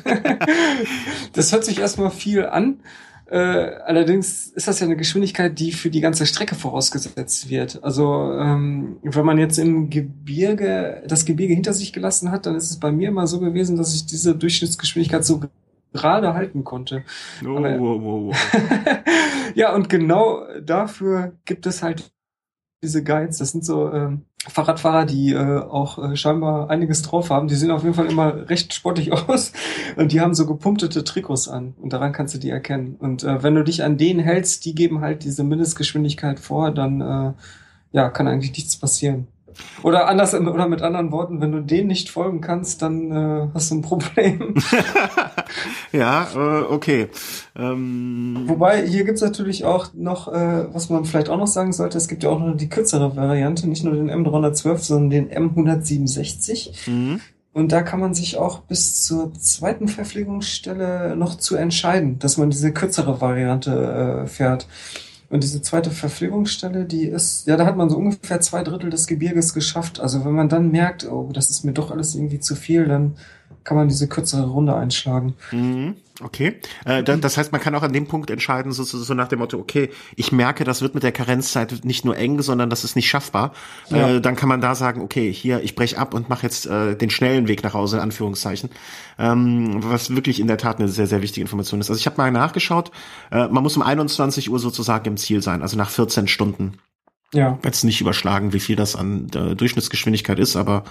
Das hört sich erstmal viel an. Äh, allerdings ist das ja eine Geschwindigkeit, die für die ganze Strecke vorausgesetzt wird. Also ähm, wenn man jetzt im Gebirge das Gebirge hinter sich gelassen hat, dann ist es bei mir immer so gewesen, dass ich diese Durchschnittsgeschwindigkeit so gerade halten konnte. Oh, Aber- oh, oh, oh. Ja, und genau dafür gibt es halt diese Guides. Das sind so ähm, Fahrradfahrer, die äh, auch äh, scheinbar einiges drauf haben. Die sehen auf jeden Fall immer recht sportlich aus und die haben so gepumptete Trikots an und daran kannst du die erkennen. Und äh, wenn du dich an denen hältst, die geben halt diese Mindestgeschwindigkeit vor, dann äh, ja, kann eigentlich nichts passieren. Oder anders oder mit anderen Worten, wenn du denen nicht folgen kannst, dann äh, hast du ein Problem. Ja, äh, okay. Ähm, Wobei, hier gibt's natürlich auch noch, äh, was man vielleicht auch noch sagen sollte, es gibt ja auch noch die kürzere Variante, nicht nur den M dreihundertzwölf, sondern den M hundertsiebenundsechzig. mhm. Und da kann man sich auch bis zur zweiten Verpflegungsstelle noch zu entscheiden, dass man diese kürzere Variante äh, fährt. Und diese zweite Verpflegungsstelle, die ist, ja, da hat man so ungefähr zwei Drittel des Gebirges geschafft. Also wenn man dann merkt, oh, das ist mir doch alles irgendwie zu viel, dann kann man diese kürzere Runde einschlagen. Mhm. Okay. Äh, da, das heißt, man kann auch an dem Punkt entscheiden, so, so, so nach dem Motto, okay, ich merke, das wird mit der Karenzzeit nicht nur eng, sondern das ist nicht schaffbar. Ja. Äh, dann kann man da sagen, okay, hier, ich breche ab und mache jetzt äh, den schnellen Weg nach Hause, in Anführungszeichen. Ähm, was wirklich in der Tat eine sehr, sehr wichtige Information ist. Also ich habe mal nachgeschaut, äh, man muss um einundzwanzig Uhr sozusagen im Ziel sein, also nach vierzehn Stunden. Ja. Jetzt nicht überschlagen, wie viel das an äh, Durchschnittsgeschwindigkeit ist, aber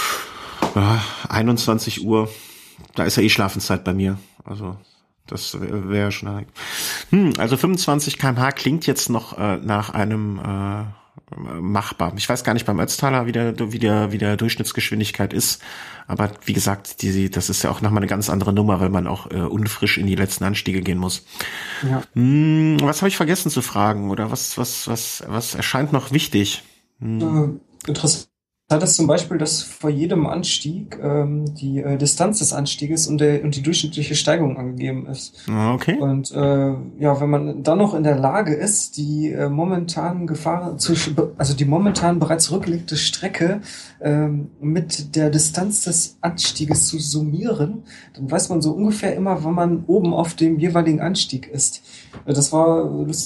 äh, einundzwanzig Uhr, da ist ja eh Schlafenszeit bei mir. Also das wäre wär schon. Hm, also fünfundzwanzig Kilometer pro Stunde klingt jetzt noch äh, nach einem äh, machbar. Ich weiß gar nicht beim Ötztaler, wie der, wie der, wie der Durchschnittsgeschwindigkeit ist. Aber wie gesagt, die, das ist ja auch nochmal eine ganz andere Nummer, weil man auch äh, unfrisch in die letzten Anstiege gehen muss. Ja. Hm, was habe ich vergessen zu fragen? Oder was, was, was, was erscheint noch wichtig? Hm. Äh, interessant ist zum Beispiel, dass vor jedem Anstieg ähm, die äh, Distanz des Anstieges und, der, und die durchschnittliche Steigung angegeben ist. Okay. Und äh, ja, wenn man dann noch in der Lage ist, die äh, momentan Gefahr, zu, also die momentan bereits zurückgelegte Strecke ähm, mit der Distanz des Anstieges zu summieren, dann weiß man so ungefähr immer, wann man oben auf dem jeweiligen Anstieg ist. Das war lustig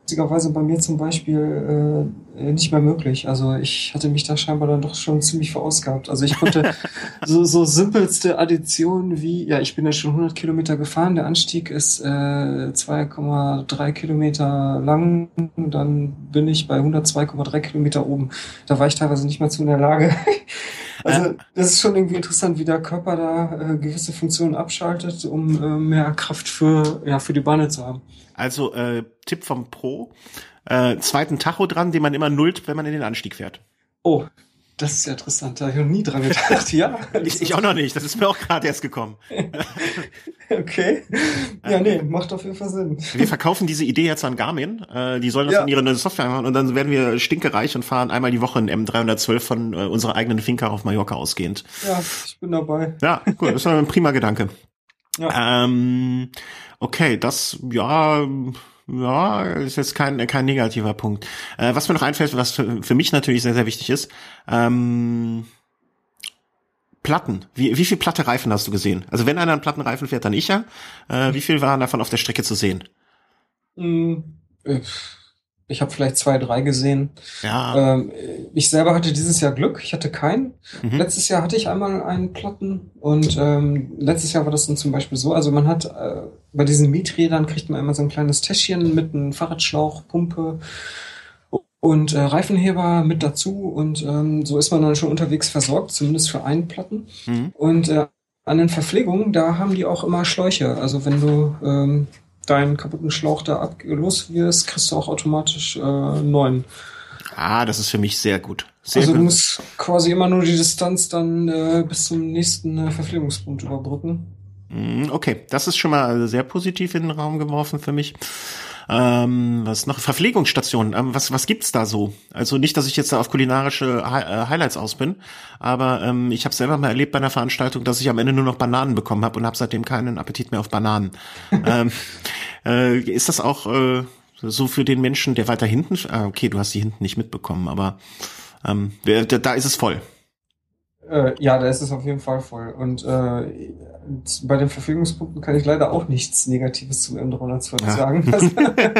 witzigerweise bei mir zum Beispiel äh, nicht mehr möglich. Also ich hatte mich da scheinbar dann doch schon ziemlich verausgabt. Also ich konnte so, so simpelste Additionen wie, ja, ich bin ja schon hundert Kilometer gefahren, der Anstieg ist äh, zwei Komma drei Kilometer lang, dann bin ich bei hundertzwei Komma drei Kilometer oben. Da war ich teilweise nicht mehr zu in der Lage. Also das ist schon irgendwie interessant, wie der Körper da äh, gewisse Funktionen abschaltet, um äh, mehr Kraft für, ja, für die Beine zu haben. Also äh, Tipp vom Pro, äh, zweiten Tacho dran, den man immer nullt, wenn man in den Anstieg fährt. Oh, das ist ja interessant, da habe ich noch nie dran gedacht. Ja, ich, ich auch noch nicht, das ist mir auch gerade erst gekommen. Okay, ja, nee, macht auf jeden Fall Sinn. Wir verkaufen diese Idee jetzt an Garmin, äh, die sollen das Ja. in ihre neue Software machen und dann werden wir stinkereich und fahren einmal die Woche in M dreihundertzwölf von äh, unserer eigenen Finca auf Mallorca ausgehend. Ja, ich bin dabei. Ja, cool, das ist ein prima Gedanke. Ja. Ähm, okay, das, ja, ja, ist jetzt kein kein negativer Punkt. Äh, was mir noch einfällt, was für, für mich natürlich sehr, sehr wichtig ist, ähm, Platten. Wie, wie viel platte Reifen hast du gesehen? Also wenn einer einen platten Reifen fährt, dann ich ja. Äh, wie viel waren davon auf der Strecke zu sehen? Ich habe vielleicht zwei, drei gesehen. Ja. Ähm, ich selber hatte dieses Jahr Glück, ich hatte keinen. Mhm. Letztes Jahr hatte ich einmal einen Platten und ähm, letztes Jahr war das dann zum Beispiel so, also man hat äh, bei diesen Mieträdern kriegt man immer so ein kleines Täschchen mit einem Fahrradschlauch, Pumpe und äh, Reifenheber mit dazu und ähm, so ist man dann schon unterwegs versorgt, zumindest für einen Platten. Mhm. Und äh, an den Verpflegungen, da haben die auch immer Schläuche. Also wenn du ähm, deinen kaputten Schlauch da ab los wirst, kriegst du auch automatisch äh, einen neuen. Ah, das ist für mich sehr gut. Sehr also gut. du musst quasi immer nur die Distanz dann äh, bis zum nächsten äh, Verpflegungspunkt überbrücken. Okay, das ist schon mal sehr positiv in den Raum geworfen für mich. Ähm, was noch? Verpflegungsstationen. Ähm, was was gibt's da so? Also nicht, dass ich jetzt da auf kulinarische Hi- äh, Highlights aus bin, aber ähm, ich habe selber mal erlebt bei einer Veranstaltung, dass ich am Ende nur noch Bananen bekommen habe und habe seitdem keinen Appetit mehr auf Bananen. ähm, äh, ist das auch äh, so für den Menschen, der weiter hinten? Ah, okay, du hast die hinten nicht mitbekommen, aber ähm, da, da ist es voll. Äh, ja, da ist es auf jeden Fall voll. Und äh, bei den Verfügungspunkten kann ich leider auch nichts Negatives zum M dreihundertzwölf Ja. sagen. Also,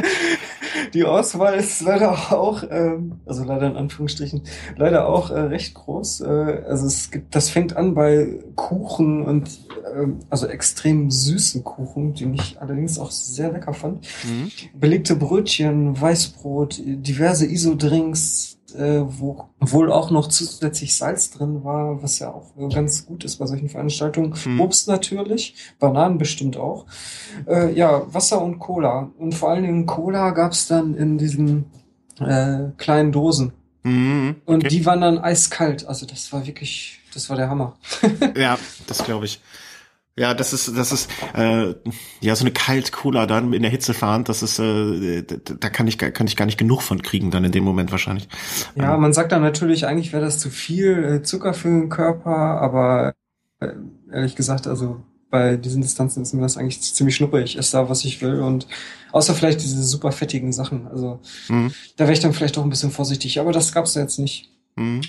die Auswahl ist leider auch, ähm, also leider in Anführungsstrichen, leider auch äh, recht groß. Äh, also es gibt, das fängt an bei Kuchen und ähm, also extrem süßen Kuchen, die ich allerdings auch sehr lecker fand. Mhm. Belegte Brötchen, Weißbrot, diverse Isodrinks, äh, wo wohl auch noch zusätzlich Salz drin war, was ja auch äh, ganz gut ist bei solchen Veranstaltungen. Mhm. Obst natürlich, Bananen bestimmt auch. Äh, ja, Wasser und Cola. Und vor allen Dingen Cola gab's dann in diesen äh, kleinen Dosen. Mhm. Und Okay. die waren dann eiskalt. Also das war wirklich, das war der Hammer. Ja, das glaube ich. Ja, das ist, das ist, äh, ja, so eine Kalt-Cola dann in der Hitze fahren, das ist, äh, da, da kann ich, gar- kann ich gar nicht genug von kriegen dann in dem Moment wahrscheinlich. Ja, man sagt dann natürlich, eigentlich wäre das zu viel äh, Zucker für den Körper, aber äh, ehrlich gesagt, also bei diesen Distanzen ist mir das eigentlich ziemlich schnuppe. Ich esse da, was ich will und außer vielleicht diese super fettigen Sachen. Also Mhm. da wäre ich dann vielleicht auch ein bisschen vorsichtig, aber das gab's da jetzt nicht. Mhm.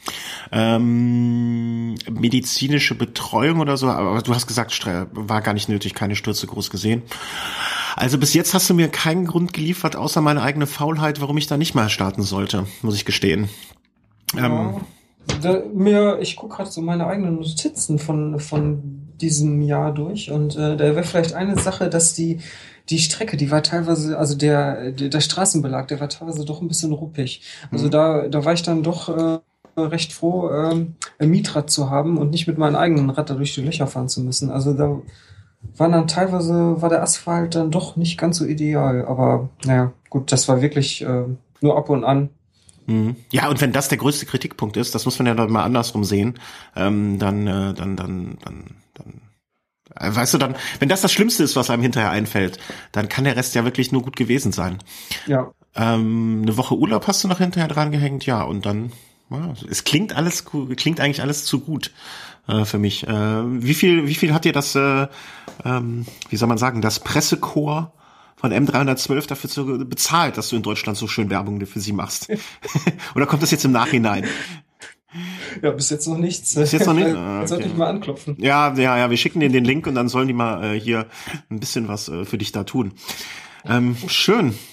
Ähm, medizinische Betreuung oder so, aber du hast gesagt, Stre- war gar nicht nötig, keine Stürze groß gesehen. Also bis jetzt hast du mir keinen Grund geliefert, außer meine eigene Faulheit, warum ich da nicht mal starten sollte, muss ich gestehen. Ähm, Ja, da, mir, ich gucke gerade so meine eigenen Notizen von, von diesem Jahr durch und äh, da wäre vielleicht eine Sache, dass die die Strecke, die war teilweise, also der der, der Straßenbelag, der war teilweise doch ein bisschen ruppig. Also Mhm. da da war ich dann doch äh, recht froh, ähm, ein Mietrad zu haben und nicht mit meinem eigenen Rad da durch die Löcher fahren zu müssen. Also da waren dann teilweise, war der Asphalt dann doch nicht ganz so ideal. Aber naja, gut, das war wirklich äh, nur ab und an. Mhm. Ja, und wenn das der größte Kritikpunkt ist, das muss man ja dann mal andersrum sehen, ähm, dann, äh, dann, dann, dann, dann, äh, weißt du, dann, wenn das das Schlimmste ist, was einem hinterher einfällt, dann kann der Rest ja wirklich nur gut gewesen sein. Ja, Ähm, eine Woche Urlaub hast du noch hinterher dran gehängt, ja, und dann, ja, es klingt alles, gu- klingt eigentlich alles zu gut äh, für mich. Äh, wie viel, wie viel hat dir das, äh, ähm, wie soll man sagen, das Pressekorps von M dreihundertzwölf dafür zu, bezahlt, dass du in Deutschland so schön Werbung für sie machst? Oder kommt das jetzt im Nachhinein? ja, bis jetzt noch nichts. Bis jetzt noch nicht? Ah, Jetzt sollte okay. ich mal anklopfen. Ja, ja, ja, wir schicken denen den Link und dann sollen die mal äh, hier ein bisschen was äh, für dich da tun. Ähm, schön.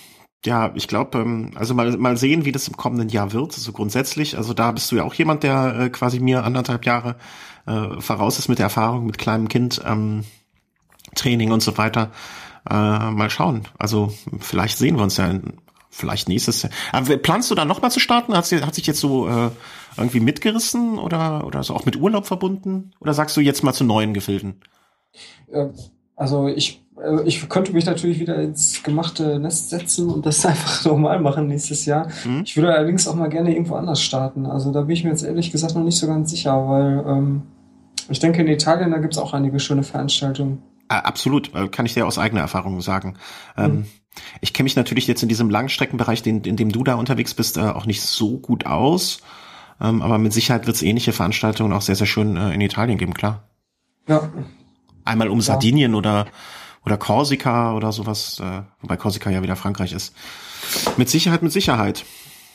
Ja, ich glaube, ähm, also mal mal sehen, wie das im kommenden Jahr wird. So grundsätzlich, also da bist du ja auch jemand, der äh, quasi mir anderthalb Jahre äh, voraus ist mit der Erfahrung mit kleinem Kind, ähm, Training und so weiter. Äh, mal schauen. Also vielleicht sehen wir uns ja in, vielleicht nächstes Jahr. Aber planst du da noch mal zu starten? Hat, hat sich jetzt so äh, irgendwie mitgerissen oder oder so auch mit Urlaub verbunden? Oder sagst du jetzt mal zu neuen Gefilden? Äh, Also ich, äh, ich könnte mich natürlich wieder ins gemachte Nest setzen und das einfach normal machen nächstes Jahr. Hm? Ich würde allerdings auch mal gerne irgendwo anders starten. Also da bin ich mir jetzt ehrlich gesagt noch nicht so ganz sicher, weil ähm, ich denke, in Italien, da gibt's auch einige schöne Veranstaltungen. Ah, absolut, äh, kann ich dir aus eigener Erfahrung sagen. Hm. Ähm, ich kenne mich natürlich jetzt in diesem Langstreckenbereich, den, in dem du da unterwegs bist, äh, auch nicht so gut aus. Ähm, aber mit Sicherheit wird es ähnliche Veranstaltungen auch sehr, sehr schön äh, in Italien geben, klar. Ja, Einmal um ja. Sardinien oder oder Korsika oder sowas, äh, wobei Korsika ja wieder Frankreich ist. Mit Sicherheit, mit Sicherheit.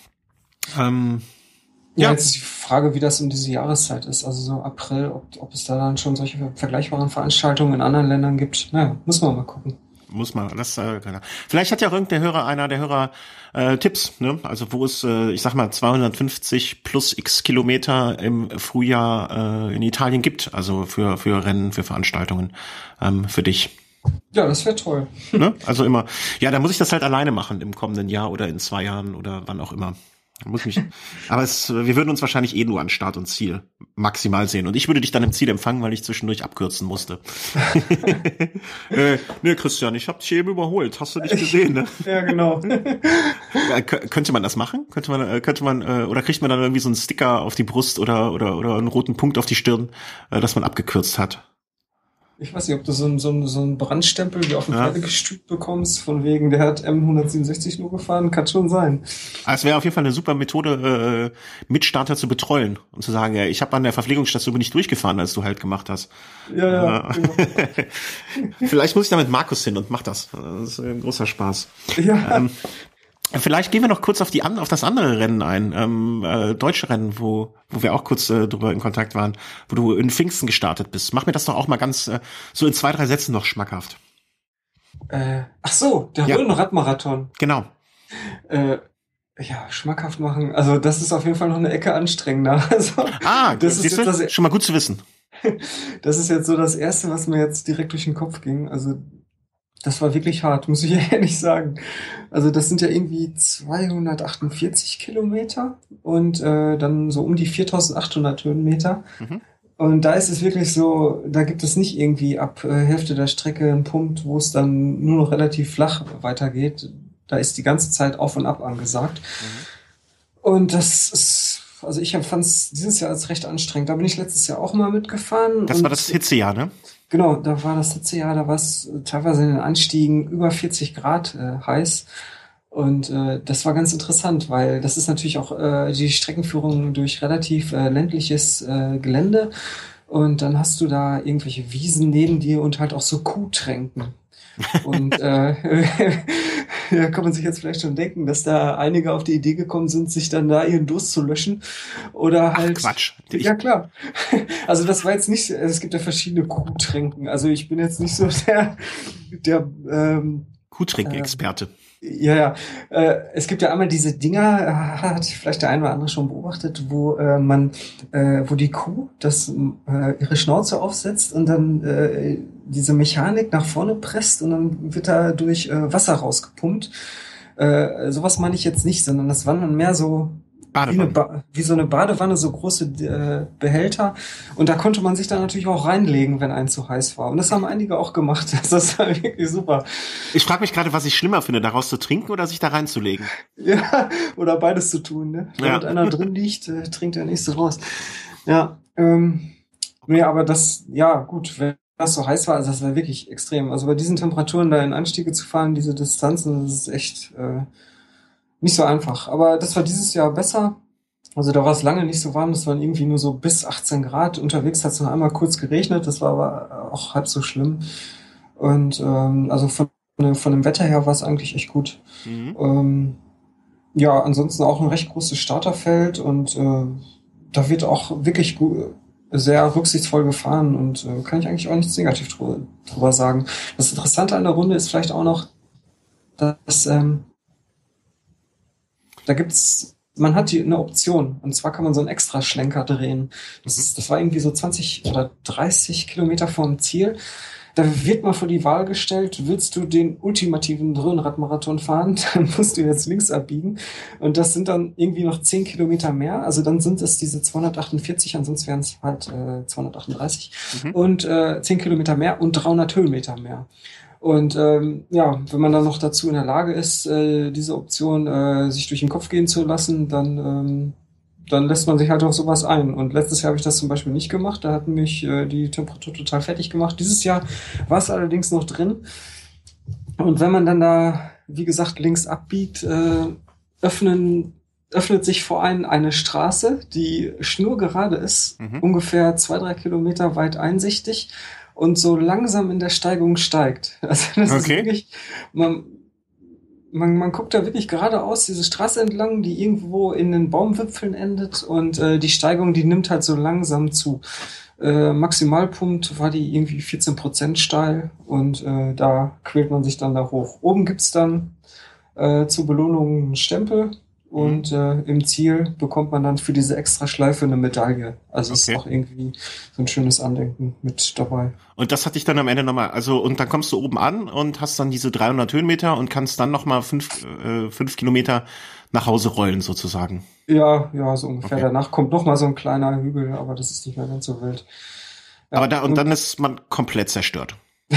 Ähm, Ja, ja, jetzt ist die Frage, wie das um diese Jahreszeit ist. Also so April, ob, ob es da dann schon solche vergleichbaren Veranstaltungen in anderen Ländern gibt. Naja, muss man mal gucken. muss man. Das äh, keiner. Vielleicht hat ja irgendein Hörer, einer der Hörer äh, Tipps, ne? Also wo es, äh, ich sag mal, zweihundertfünfzig plus x Kilometer im Frühjahr äh, in Italien gibt. Also für für Rennen, für Veranstaltungen, ähm, für dich. Ja, das wäre toll. Ne? Also immer, ja, da muss ich das halt alleine machen im kommenden Jahr oder in zwei Jahren oder wann auch immer. Da muss mich, aber es, wir würden uns wahrscheinlich eh nur an Start und Ziel maximal sehen. Und ich würde dich dann im Ziel empfangen, weil ich zwischendurch abkürzen musste. äh, ne, Christian, ich hab dich eben überholt. Hast du nicht gesehen, ne? Ja, genau. Ja, k- könnte man das machen? Könnte man, äh, könnte man, äh, oder kriegt man dann irgendwie so einen Sticker auf die Brust oder, oder, oder einen roten Punkt auf die Stirn, äh, dass man abgekürzt hat? Ich weiß nicht, ob du so einen so einen- so einen Brandstempel wie auf dem Ja. Pferdegestüt bekommst, von wegen, der hat M hundertsiebenundsechzig nur gefahren, kann schon sein. Aber es wäre auf jeden Fall eine super Methode, äh, Mitstarter zu betreuen und zu sagen, ja, ich habe an der Verpflegungsstation bin ich durchgefahren, als du halt gemacht hast. Ja, ja, Äh, genau. Vielleicht muss ich da mit Markus hin und mach das. Das ist ein großer Spaß. Ja, Ähm, Vielleicht gehen wir noch kurz auf die an, auf das andere Rennen ein, ähm, äh, deutsche Rennen, wo wo wir auch kurz äh, drüber in Kontakt waren, wo du in Pfingsten gestartet bist. Mach mir das doch auch mal ganz äh, so in zwei, drei Sätzen noch schmackhaft. äh, ach so, der Ja. Rhön-Radmarathon. Genau. Äh, ja, schmackhaft machen. Also das ist auf jeden Fall noch eine Ecke anstrengender. Also Ah, das ist siehst jetzt du? das, Schon mal gut zu wissen. das ist jetzt so das Erste, was mir jetzt direkt durch den Kopf ging. Also das war wirklich hart, muss ich ehrlich sagen. Also das sind ja irgendwie zweihundertachtundvierzig Kilometer und äh, dann so um die viertausendachthundert Höhenmeter. Mhm. Und da ist es wirklich so, da gibt es nicht irgendwie ab äh, Hälfte der Strecke einen Punkt, wo es dann nur noch relativ flach weitergeht. Da ist die ganze Zeit auf und ab angesagt. Und das ist, also ich empfand es dieses Jahr als recht anstrengend. Da bin ich letztes Jahr auch mal mitgefahren. Das und war das Hitzejahr, ne? Genau, da war das letzte Jahr, da war es teilweise in den Anstiegen über vierzig Grad äh, heiß. Und äh, das war ganz interessant, weil das ist natürlich auch äh, die Streckenführung durch relativ äh, ländliches äh, Gelände. Und dann hast du da irgendwelche Wiesen neben dir und halt auch so Kuhtränken. Und äh, da kann man sich jetzt vielleicht schon denken, dass da einige auf die Idee gekommen sind, sich dann da ihren Durst zu löschen. Oder Ach, halt. Quatsch. Ich, Ja, klar. Also das war jetzt nicht, es gibt ja verschiedene Kuhtränken. Also ich bin jetzt nicht so der, der ähm, Kuhtrinken-Experte. ja, ja. Äh, es gibt ja einmal diese Dinger, äh, hat vielleicht der eine oder andere schon beobachtet, wo äh, man, äh, wo die Kuh das äh, ihre Schnauze aufsetzt und dann äh, diese Mechanik nach vorne presst und dann wird da durch äh, Wasser rausgepumpt. Äh, sowas meine ich jetzt nicht, sondern das waren dann mehr so wie, eine Badewanne. ba wie so eine Badewanne, so große äh, Behälter. Und da konnte man sich dann natürlich auch reinlegen, wenn einem zu heiß war. Und das haben einige auch gemacht. Das war wirklich super. Ich frage mich gerade, was ich schlimmer finde, daraus zu trinken oder sich da reinzulegen. Ja, oder beides zu tun, ne? Ja. Während einer drin liegt, äh, trinkt der nächste raus. Ja, ähm, nee, aber das, ja, gut, wenn das so heiß war, also das war wirklich extrem. Also bei diesen Temperaturen da in Anstiege zu fahren, diese Distanzen, das ist echt äh, nicht so einfach. Aber das war dieses Jahr besser. Also da war es lange nicht so warm, das waren irgendwie nur so bis achtzehn Grad. Unterwegs hat es noch einmal kurz geregnet, das war aber auch halb so schlimm. Und ähm, also von, von dem Wetter her war es eigentlich echt gut. Mhm. Ähm, ja, ansonsten auch ein recht großes Starterfeld und äh, da wird auch wirklich gut, sehr rücksichtsvoll gefahren und äh, kann ich eigentlich auch nichts negativ drüber, drüber sagen. Das Interessante an der Runde ist vielleicht auch noch, dass ähm, Da gibt's, man hat die eine Option. Und zwar kann man so einen Extraschlenker drehen. Das, ist, das war irgendwie so zwanzig oder dreißig Kilometer vom Ziel. Da wird mal vor die Wahl gestellt, willst du den ultimativen Rhönradmarathon fahren, dann musst du jetzt links abbiegen. Und das sind dann irgendwie noch zehn Kilometer mehr. Also dann sind es diese zweihundertachtundvierzig, ansonsten wären es halt äh, zweihundertachtunddreißig. Mhm. Und äh, zehn Kilometer mehr und dreihundert Höhenmeter mehr. Und ähm, ja, wenn man dann noch dazu in der Lage ist, äh, diese Option äh, sich durch den Kopf gehen zu lassen, dann... Ähm, dann lässt man sich halt auf sowas ein. Und letztes Jahr habe ich das zum Beispiel nicht gemacht. Da hat mich äh, die Temperatur total fertig gemacht. Dieses Jahr war es allerdings noch drin. Und wenn man dann da, wie gesagt, links abbiegt, äh, öffnen, öffnet sich vor einem eine Straße, die schnurgerade ist, mhm. ungefähr zwei, drei Kilometer weit einsichtig und so langsam in der Steigung steigt. Also das okay. ist wirklich... Man, Man, man guckt da wirklich geradeaus diese Straße entlang, die irgendwo in den Baumwipfeln endet und äh, die Steigung, die nimmt halt so langsam zu. Äh, Maximalpunkt war die irgendwie vierzehn Prozent steil und äh, da quält man sich dann da hoch. Oben gibt's dann äh, zur Belohnung einen Stempel und äh, im Ziel bekommt man dann für diese extra Schleife eine Medaille. Also okay. Ist auch irgendwie so ein schönes Andenken mit dabei. Und das hatte ich dann am Ende nochmal, also und dann kommst du oben an und hast dann diese dreihundert Höhenmeter und kannst dann nochmal fünf, äh, fünf Kilometer nach Hause rollen sozusagen. Ja, ja, so ungefähr. Okay. Danach kommt nochmal so ein kleiner Hügel, aber das ist nicht mehr ganz so wild. Ja, aber da, und, und dann ist man komplett zerstört.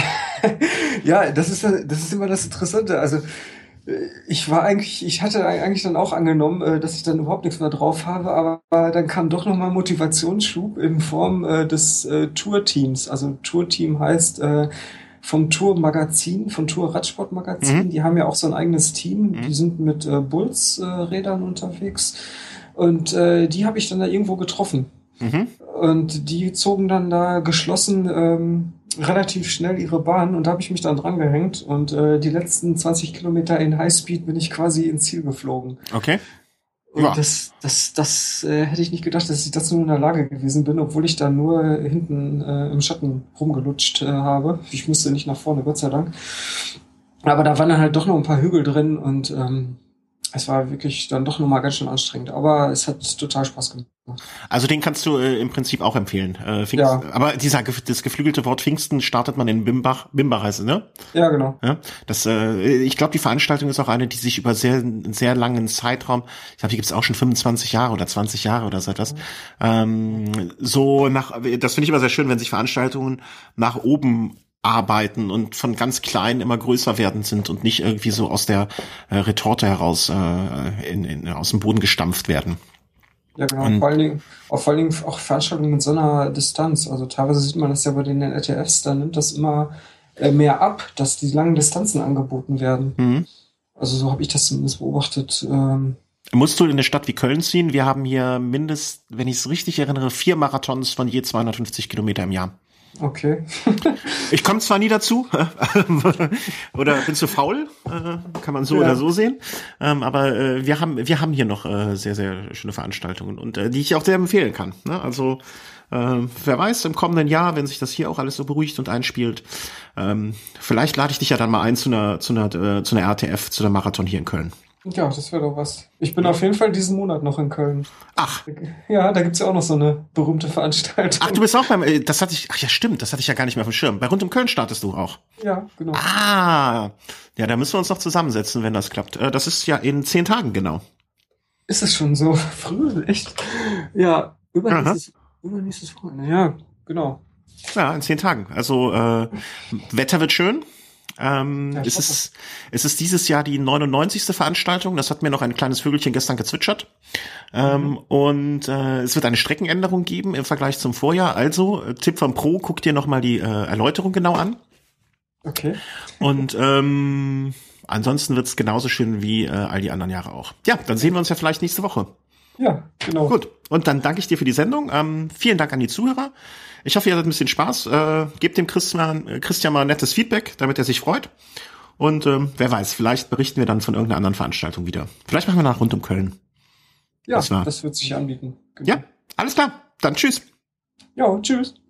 Ja, das ist, das ist immer das Interessante. Also, ich war eigentlich, ich hatte eigentlich dann auch angenommen, dass ich dann überhaupt nichts mehr drauf habe, aber dann kam doch nochmal Motivationsschub in Form des äh, Tour-Teams. Also Tour-Team heißt äh, vom Tour-Magazin, vom Tour-Radsport-Magazin. Mhm. Die haben ja auch so ein eigenes Team. Mhm. Die sind mit äh, Bulls-Rädern äh, unterwegs. Und äh, die habe ich dann da irgendwo getroffen. Mhm. Und die zogen dann da geschlossen ähm, relativ schnell ihre Bahn und da habe ich mich dann dran gehängt und äh, die letzten zwanzig Kilometer in Highspeed bin ich quasi ins Ziel geflogen. Okay. Und ja. das, das, das äh, hätte ich nicht gedacht, dass ich dazu in der Lage gewesen bin, obwohl ich da nur hinten äh, im Schatten rumgelutscht äh, habe. Ich musste nicht nach vorne, Gott sei Dank. Aber da waren dann halt doch noch ein paar Hügel drin und ähm, es war wirklich dann doch nochmal ganz schön anstrengend, aber es hat total Spaß gemacht. Also den kannst du äh, im Prinzip auch empfehlen. Äh, Pfingsten, ja. Aber dieser das geflügelte Wort Pfingsten startet man in Bimbach. Bimbach heißt es, ne? Ja, genau. Ja, das, äh, ich glaube, die Veranstaltung ist auch eine, die sich über sehr einen sehr langen Zeitraum, ich glaube, die gibt's auch schon fünfundzwanzig Jahre oder zwanzig Jahre oder so etwas. Mhm. Ähm, so nach, das finde ich immer sehr schön, wenn sich Veranstaltungen nach oben arbeiten und von ganz klein immer größer werden sind und nicht irgendwie so aus der äh, Retorte heraus äh, in, in, aus dem Boden gestampft werden. Ja, genau. Und vor allen Dingen, auch vor allen Dingen auch Veranstaltungen mit so einer Distanz. Also teilweise sieht man das ja bei den R T Fs, da nimmt das immer äh, mehr ab, dass die langen Distanzen angeboten werden. Mhm. Also so habe ich das zumindest beobachtet. Ähm, Musst du in eine Stadt wie Köln ziehen? Wir haben hier mindestens, wenn ich es richtig erinnere, vier Marathons von je zweihundertfünfzig Kilometer im Jahr. Okay. Ich komme zwar nie dazu, oder bin zu faul, äh, kann man so ja. oder so sehen, ähm, aber äh, wir haben wir haben hier noch äh, sehr, sehr schöne Veranstaltungen und äh, die ich auch sehr empfehlen kann. Ne? Also äh, wer weiß, im kommenden Jahr, wenn sich das hier auch alles so beruhigt und einspielt, ähm, vielleicht lade ich dich ja dann mal ein zu einer, zu einer, äh, zu einer R T F, zu einer Marathon hier in Köln. Ja, das wäre doch was. Ich bin auf jeden Fall diesen Monat noch in Köln. Ach. Ja, da gibt's ja auch noch so eine berühmte Veranstaltung. Ach, du bist auch beim, das hatte ich, ach ja, stimmt, das hatte ich ja gar nicht mehr auf dem Schirm. Bei Rund um Köln startest du auch. Ja, genau. Ah, ja, da müssen wir uns noch zusammensetzen, wenn das klappt. Das ist ja in zehn Tagen, genau. Ist es schon so früh? Echt? Ja, übernächstes, übernächstes Wochenende. Ja, genau. Ja, in zehn Tagen. Also, äh, Wetter wird schön. Ähm, ja, es ist, es ist dieses Jahr die neunundneunzigste Veranstaltung. Das hat mir noch ein kleines Vögelchen gestern gezwitschert. Ähm, mhm. Und äh, es wird eine Streckenänderung geben im Vergleich zum Vorjahr. Also, äh, Tipp vom Pro, guck dir nochmal die äh, Erläuterung genau an. Okay. Und ähm, ansonsten wird's genauso schön wie äh, all die anderen Jahre auch. Ja, dann sehen wir uns ja vielleicht nächste Woche. Ja, genau. Gut, und dann danke ich dir für die Sendung. Ähm, vielen Dank an die Zuhörer. Ich hoffe, ihr hattet ein bisschen Spaß. Äh, gebt dem Christian, Christian mal nettes Feedback, damit er sich freut. Und ähm, wer weiß, vielleicht berichten wir dann von irgendeiner anderen Veranstaltung wieder. Vielleicht machen wir nach rund um Köln. Ja, das, das wird sich anbieten. Genau. Ja, alles klar. Dann tschüss. Ja, tschüss.